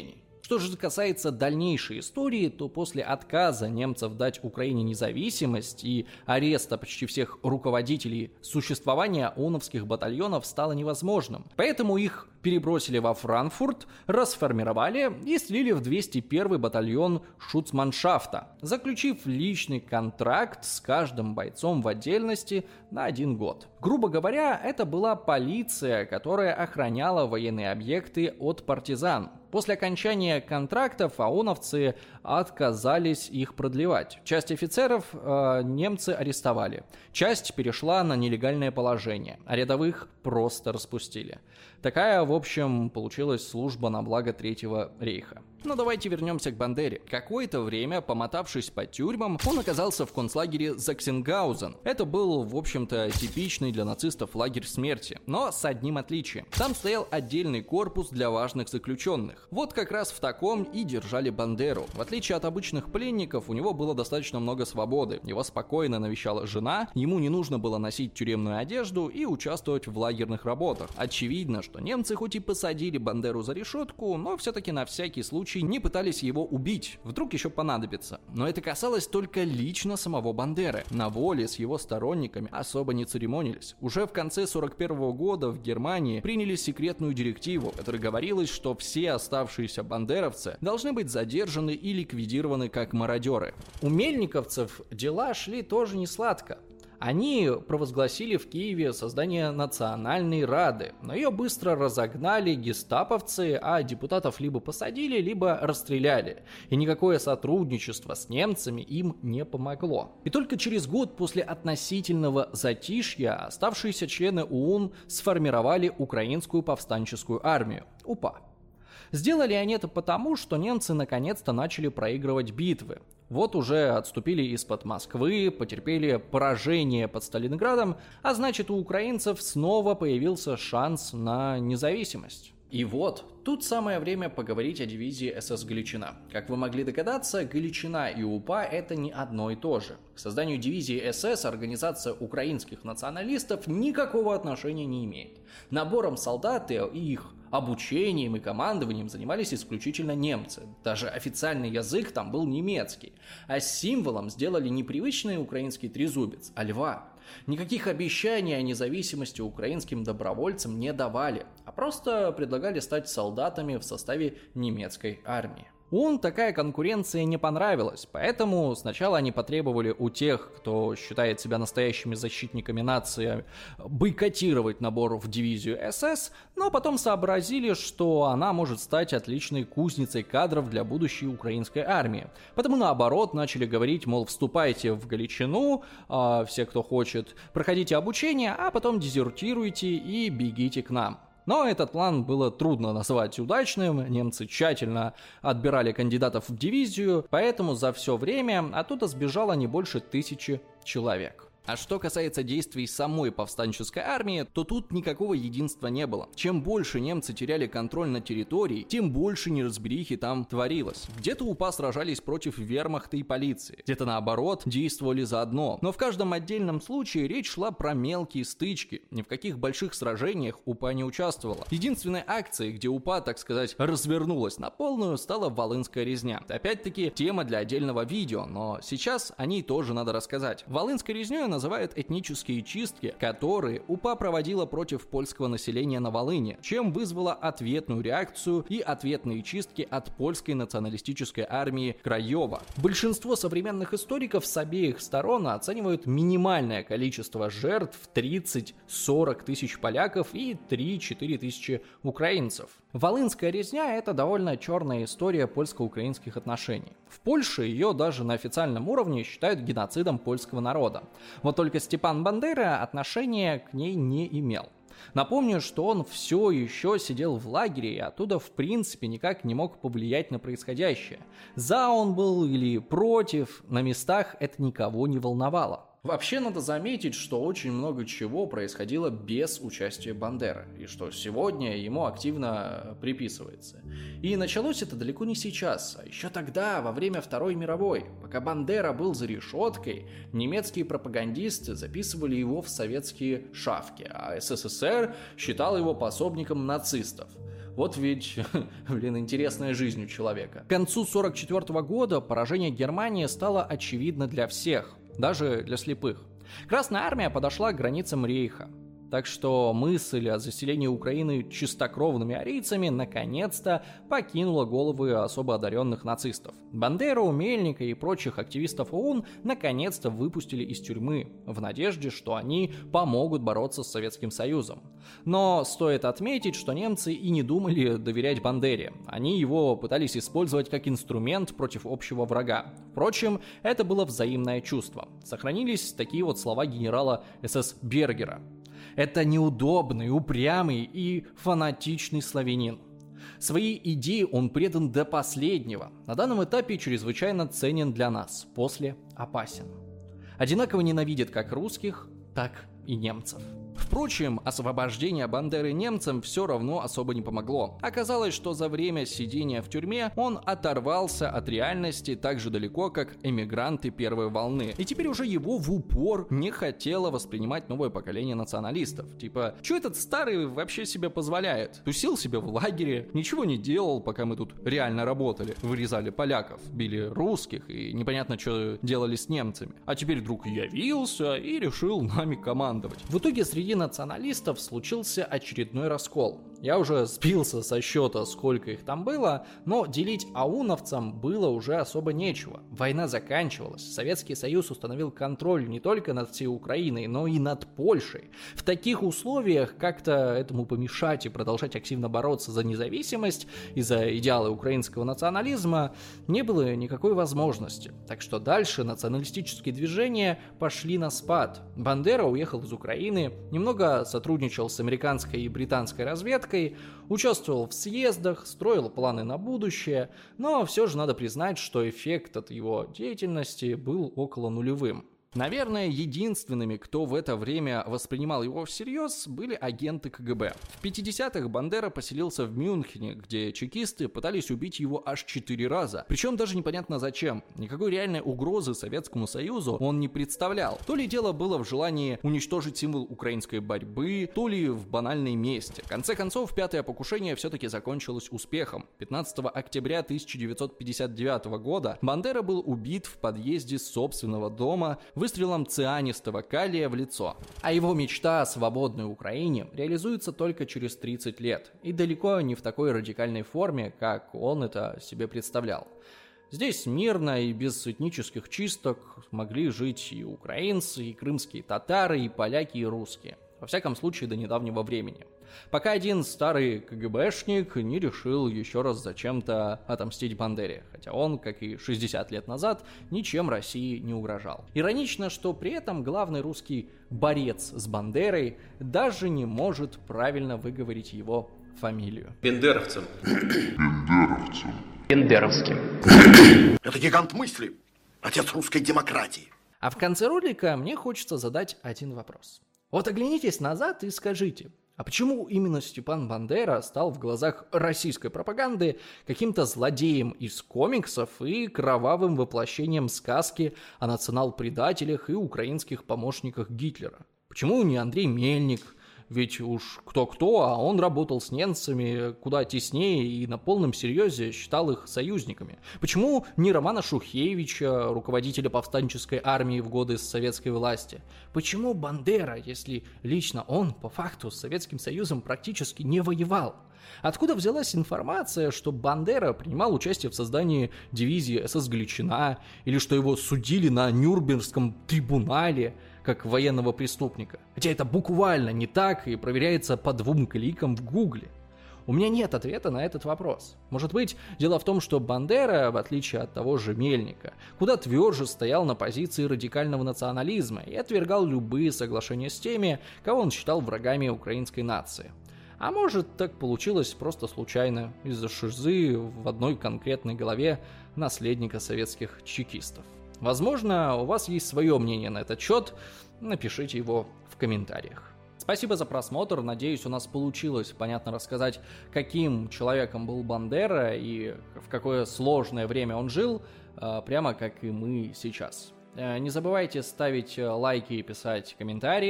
Что же касается дальнейшей истории, то после отказа немцев дать Украине независимость и ареста почти всех руководителей, существование ООНовских батальонов стало невозможным. Поэтому их перебросили во Франкфурт, расформировали и слили в двести первый батальон Шуцманшафта, заключив личный контракт с каждым бойцом в отдельности на один год. Грубо говоря, это была полиция, которая охраняла военные объекты от партизан. После окончания контрактов ООНовцы отказались их продлевать. Часть офицеров э, немцы арестовали, часть перешла на нелегальное положение, а рядовых просто распустили. Такая, в общем, получилась служба на благо Третьего рейха. Но давайте вернемся к Бандере. Какое-то время, помотавшись по тюрьмам, он оказался в концлагере Заксенгаузен. Это был, в общем-то, типичный для нацистов лагерь смерти, но с одним отличием. Там стоял отдельный корпус для важных заключенных. Вот как раз в таком и держали Бандеру. В отличие от обычных пленников, у него было достаточно много свободы. Его спокойно навещала жена, ему не нужно было носить тюремную одежду и участвовать в лагерных работах. Очевидно, что немцы хоть и посадили Бандеру за решетку, но все-таки на всякий случай не пытались его убить, вдруг еще понадобится. Но это касалось только лично самого Бандеры. На воле с его сторонниками особо не церемонились. Уже в конце сорок первого года в Германии приняли секретную директиву, в которой говорилось, что все оставшиеся бандеровцы должны быть задержаны и ликвидированы как мародеры. У мельниковцев дела шли тоже не сладко. Они провозгласили в Киеве создание Национальной Рады, но ее быстро разогнали гестаповцы, а депутатов либо посадили, либо расстреляли. И никакое сотрудничество с немцами им не помогло. И только через год после относительного затишья оставшиеся члены ОУН сформировали Украинскую повстанческую армию, УПА. Сделали они это потому, что немцы наконец-то начали проигрывать битвы. Вот уже отступили из-под Москвы, потерпели поражение под Сталинградом, а значит, у украинцев снова появился шанс на независимость. И вот, тут самое время поговорить о дивизии СС Галичина. Как вы могли догадаться, Галичина и УПА это не одно и то же. К созданию дивизии СС организация украинских националистов никакого отношения не имеет. Набором солдат и их обучением и командованием занимались исключительно немцы. Даже официальный язык там был немецкий. А символом сделали не привычный украинский трезубец, а льва. Никаких обещаний о независимости украинским добровольцам не давали, а просто предлагали стать солдатами в составе немецкой армии. ООН такая конкуренция не понравилась, поэтому сначала они потребовали у тех, кто считает себя настоящими защитниками нации, бойкотировать набор в дивизию СС, но потом сообразили, что она может стать отличной кузницей кадров для будущей украинской армии. Потому наоборот начали говорить, мол, вступайте в Галичину, э, все, кто хочет, проходите обучение, а потом дезертируйте и бегите к нам. Но этот план было трудно назвать удачным, немцы тщательно отбирали кандидатов в дивизию, поэтому за все время оттуда сбежало не больше тысячи человек. А что касается действий самой повстанческой армии, то тут никакого единства не было. Чем больше немцы теряли контроль над территорией, тем больше неразберихи там творилось. Где-то УПА сражались против вермахта и полиции, где-то наоборот действовали заодно. Но в каждом отдельном случае речь шла про мелкие стычки. Ни в каких больших сражениях УПА не участвовала. Единственной акцией, где УПА, так сказать, развернулась на полную, стала Волынская резня. Опять-таки, тема для отдельного видео, но сейчас о ней тоже надо рассказать. Волынской резнёй называют этнические чистки, которые УПА проводила против польского населения на Волыни, чем вызвала ответную реакцию и ответные чистки от польской националистической армии Краёва. Большинство современных историков с обеих сторон оценивают минимальное количество жертв в тридцать-сорок тысяч поляков и три-четыре тысячи украинцев. Волынская резня – это довольно черная история польско-украинских отношений. В Польше ее даже на официальном уровне считают геноцидом польского народа. Вот только Степан Бандера отношения к ней не имел. Напомню, что он все еще сидел в лагере и оттуда в принципе никак не мог повлиять на происходящее. За он был или против, на местах это никого не волновало. Вообще надо заметить, что очень много чего происходило без участия Бандеры, и что сегодня ему активно приписывается. И началось это далеко не сейчас, а еще тогда, во время Второй мировой. Пока Бандера был за решеткой, немецкие пропагандисты записывали его в советские шавки, а СССР считал его пособником нацистов. Вот ведь, блин, интересная жизнь у человека. К концу сорок четвёртого года поражение Германии стало очевидно для всех, даже для слепых. Красная армия подошла к границам Рейха. Так что мысль о заселении Украины чистокровными арийцами наконец-то покинула головы особо одаренных нацистов. Бандеру, Мельника и прочих активистов ОУН наконец-то выпустили из тюрьмы, в надежде, что они помогут бороться с Советским Союзом. Но стоит отметить, что немцы и не думали доверять Бандере. Они его пытались использовать как инструмент против общего врага. Впрочем, это было взаимное чувство. Сохранились такие вот слова генерала СС Бергера. Это неудобный, упрямый и фанатичный славянин. Своей идее он предан до последнего. На данном этапе чрезвычайно ценен для нас, после опасен. Одинаково ненавидит как русских, так и немцев. Впрочем, освобождение Бандеры немцам все равно особо не помогло. Оказалось, что за время сидения в тюрьме он оторвался от реальности так же далеко, как эмигранты первой волны. И теперь уже его в упор не хотело воспринимать новое поколение националистов. Типа, что этот старый вообще себе позволяет? Тусил себе в лагере, ничего не делал, пока мы тут реально работали. Вырезали поляков, били русских и непонятно, что делали с немцами. А теперь вдруг явился и решил нами командовать. В итоге среди националистов случился очередной раскол. Я уже сбился со счета, сколько их там было, но делить ауновцам было уже особо нечего. Война заканчивалась, Советский Союз установил контроль не только над всей Украиной, но и над Польшей. В таких условиях как-то этому помешать и продолжать активно бороться за независимость и за идеалы украинского национализма не было никакой возможности. Так что дальше националистические движения пошли на спад. Бандера уехал из Украины, немного сотрудничал с американской и британской разведкой, участвовал в съездах, строил планы на будущее, но все же надо признать, что эффект от его деятельности был около нулевым. Наверное, единственными, кто в это время воспринимал его всерьез, были агенты ка гэ бэ. В пятидесятых Бандера поселился в Мюнхене, где чекисты пытались убить его аж четыре раза. Причем даже непонятно зачем. Никакой реальной угрозы Советскому Союзу он не представлял. То ли дело было в желании уничтожить символ украинской борьбы, то ли в банальной мести. В конце концов, пятое покушение все-таки закончилось успехом. пятнадцатого октября тысяча девятьсот пятьдесят девятого года Бандера был убит в подъезде собственного дома выстрелом цианистого калия в лицо. А его мечта о свободной Украине реализуется только через тридцать лет, и далеко не в такой радикальной форме, как он это себе представлял. Здесь мирно и без этнических чисток могли жить и украинцы, и крымские татары, и поляки, и русские. Во всяком случае, до недавнего времени. Пока один старый ка гэ бэшник не решил еще раз зачем-то отомстить Бандере, хотя он, как и шестьдесят лет назад, ничем России не угрожал. Иронично, что при этом главный русский борец с Бандерой даже не может правильно выговорить его фамилию. Бендеровцем. Бендеровцем. Бендеровским. Это гигант мысли, отец русской демократии. А в конце ролика мне хочется задать один вопрос. Вот оглянитесь назад и скажите, а почему именно Степан Бандера стал в глазах российской пропаганды каким-то злодеем из комиксов и кровавым воплощением сказки о национал-предателях и украинских помощниках Гитлера? Почему не Андрей Мельник? Ведь уж кто-кто, а он работал с немцами куда теснее и на полном серьезе считал их союзниками. Почему не Романа Шухевича, руководителя повстанческой армии в годы советской власти? Почему Бандера, если лично он по факту с Советским Союзом практически не воевал? Откуда взялась информация, что Бандера принимал участие в создании дивизии эс эс Галичина, или что его судили на Нюрнбергском трибунале как военного преступника? Хотя это буквально не так и проверяется по двум кликам в Гугле. У меня нет ответа на этот вопрос. Может быть, дело в том, что Бандера, в отличие от того же Мельника, куда тверже стоял на позиции радикального национализма и отвергал любые соглашения с теми, кого он считал врагами украинской нации. А может, так получилось просто случайно, из-за шизы в одной конкретной голове наследника советских чекистов. Возможно, у вас есть свое мнение на этот счет, напишите его в комментариях. Спасибо за просмотр, надеюсь, у нас получилось понятно рассказать, каким человеком был Бандера и в какое сложное время он жил, прямо как и мы сейчас. Не забывайте ставить лайки и писать комментарии.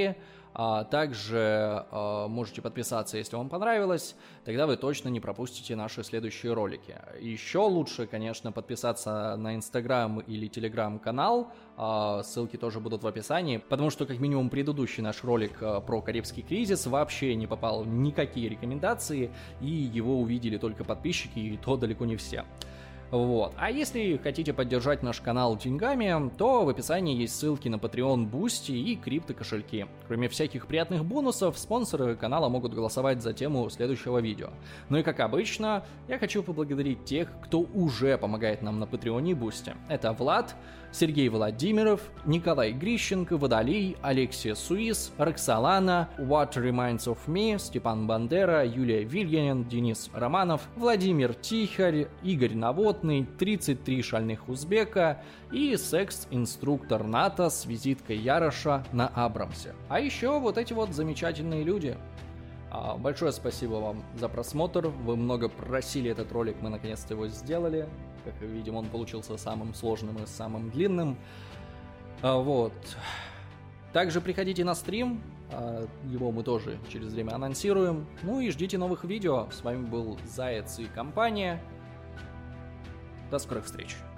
А также э, можете подписаться, если вам понравилось, тогда вы точно не пропустите наши следующие ролики. Еще лучше, конечно, подписаться на Инстаграм или Телеграм-канал, э, ссылки тоже будут в описании, потому что, как минимум, предыдущий наш ролик э, про Карибский кризис вообще не попал в никакие рекомендации, и его увидели только подписчики, и то далеко не все. Вот. А если хотите поддержать наш канал деньгами, то в описании есть ссылки на Patreon, Boosty и криптокошельки. Кроме всяких приятных бонусов, спонсоры канала могут голосовать за тему следующего видео. Ну и как обычно, я хочу поблагодарить тех, кто уже помогает нам на Patreon и Boosty. Это Влад, Сергей Владимиров, Николай Грищенко, Водолей, Алексия Суис, Роксолана, What Reminds of Me, Степан Бандера, Юлия Вильянин, Денис Романов, Владимир Тихарь, Игорь Наводный, тридцать три шальных узбека и секс-инструктор НАТО с визиткой Яроша на Абрамсе. А еще вот эти вот замечательные люди. Большое спасибо вам за просмотр, вы много просили этот ролик, мы наконец-то его сделали. Как видим, он получился самым сложным и самым длинным. Вот. Также приходите на стрим, его мы тоже через время анонсируем. Ну и ждите новых видео. С вами был Заяц и компания. До скорых встреч.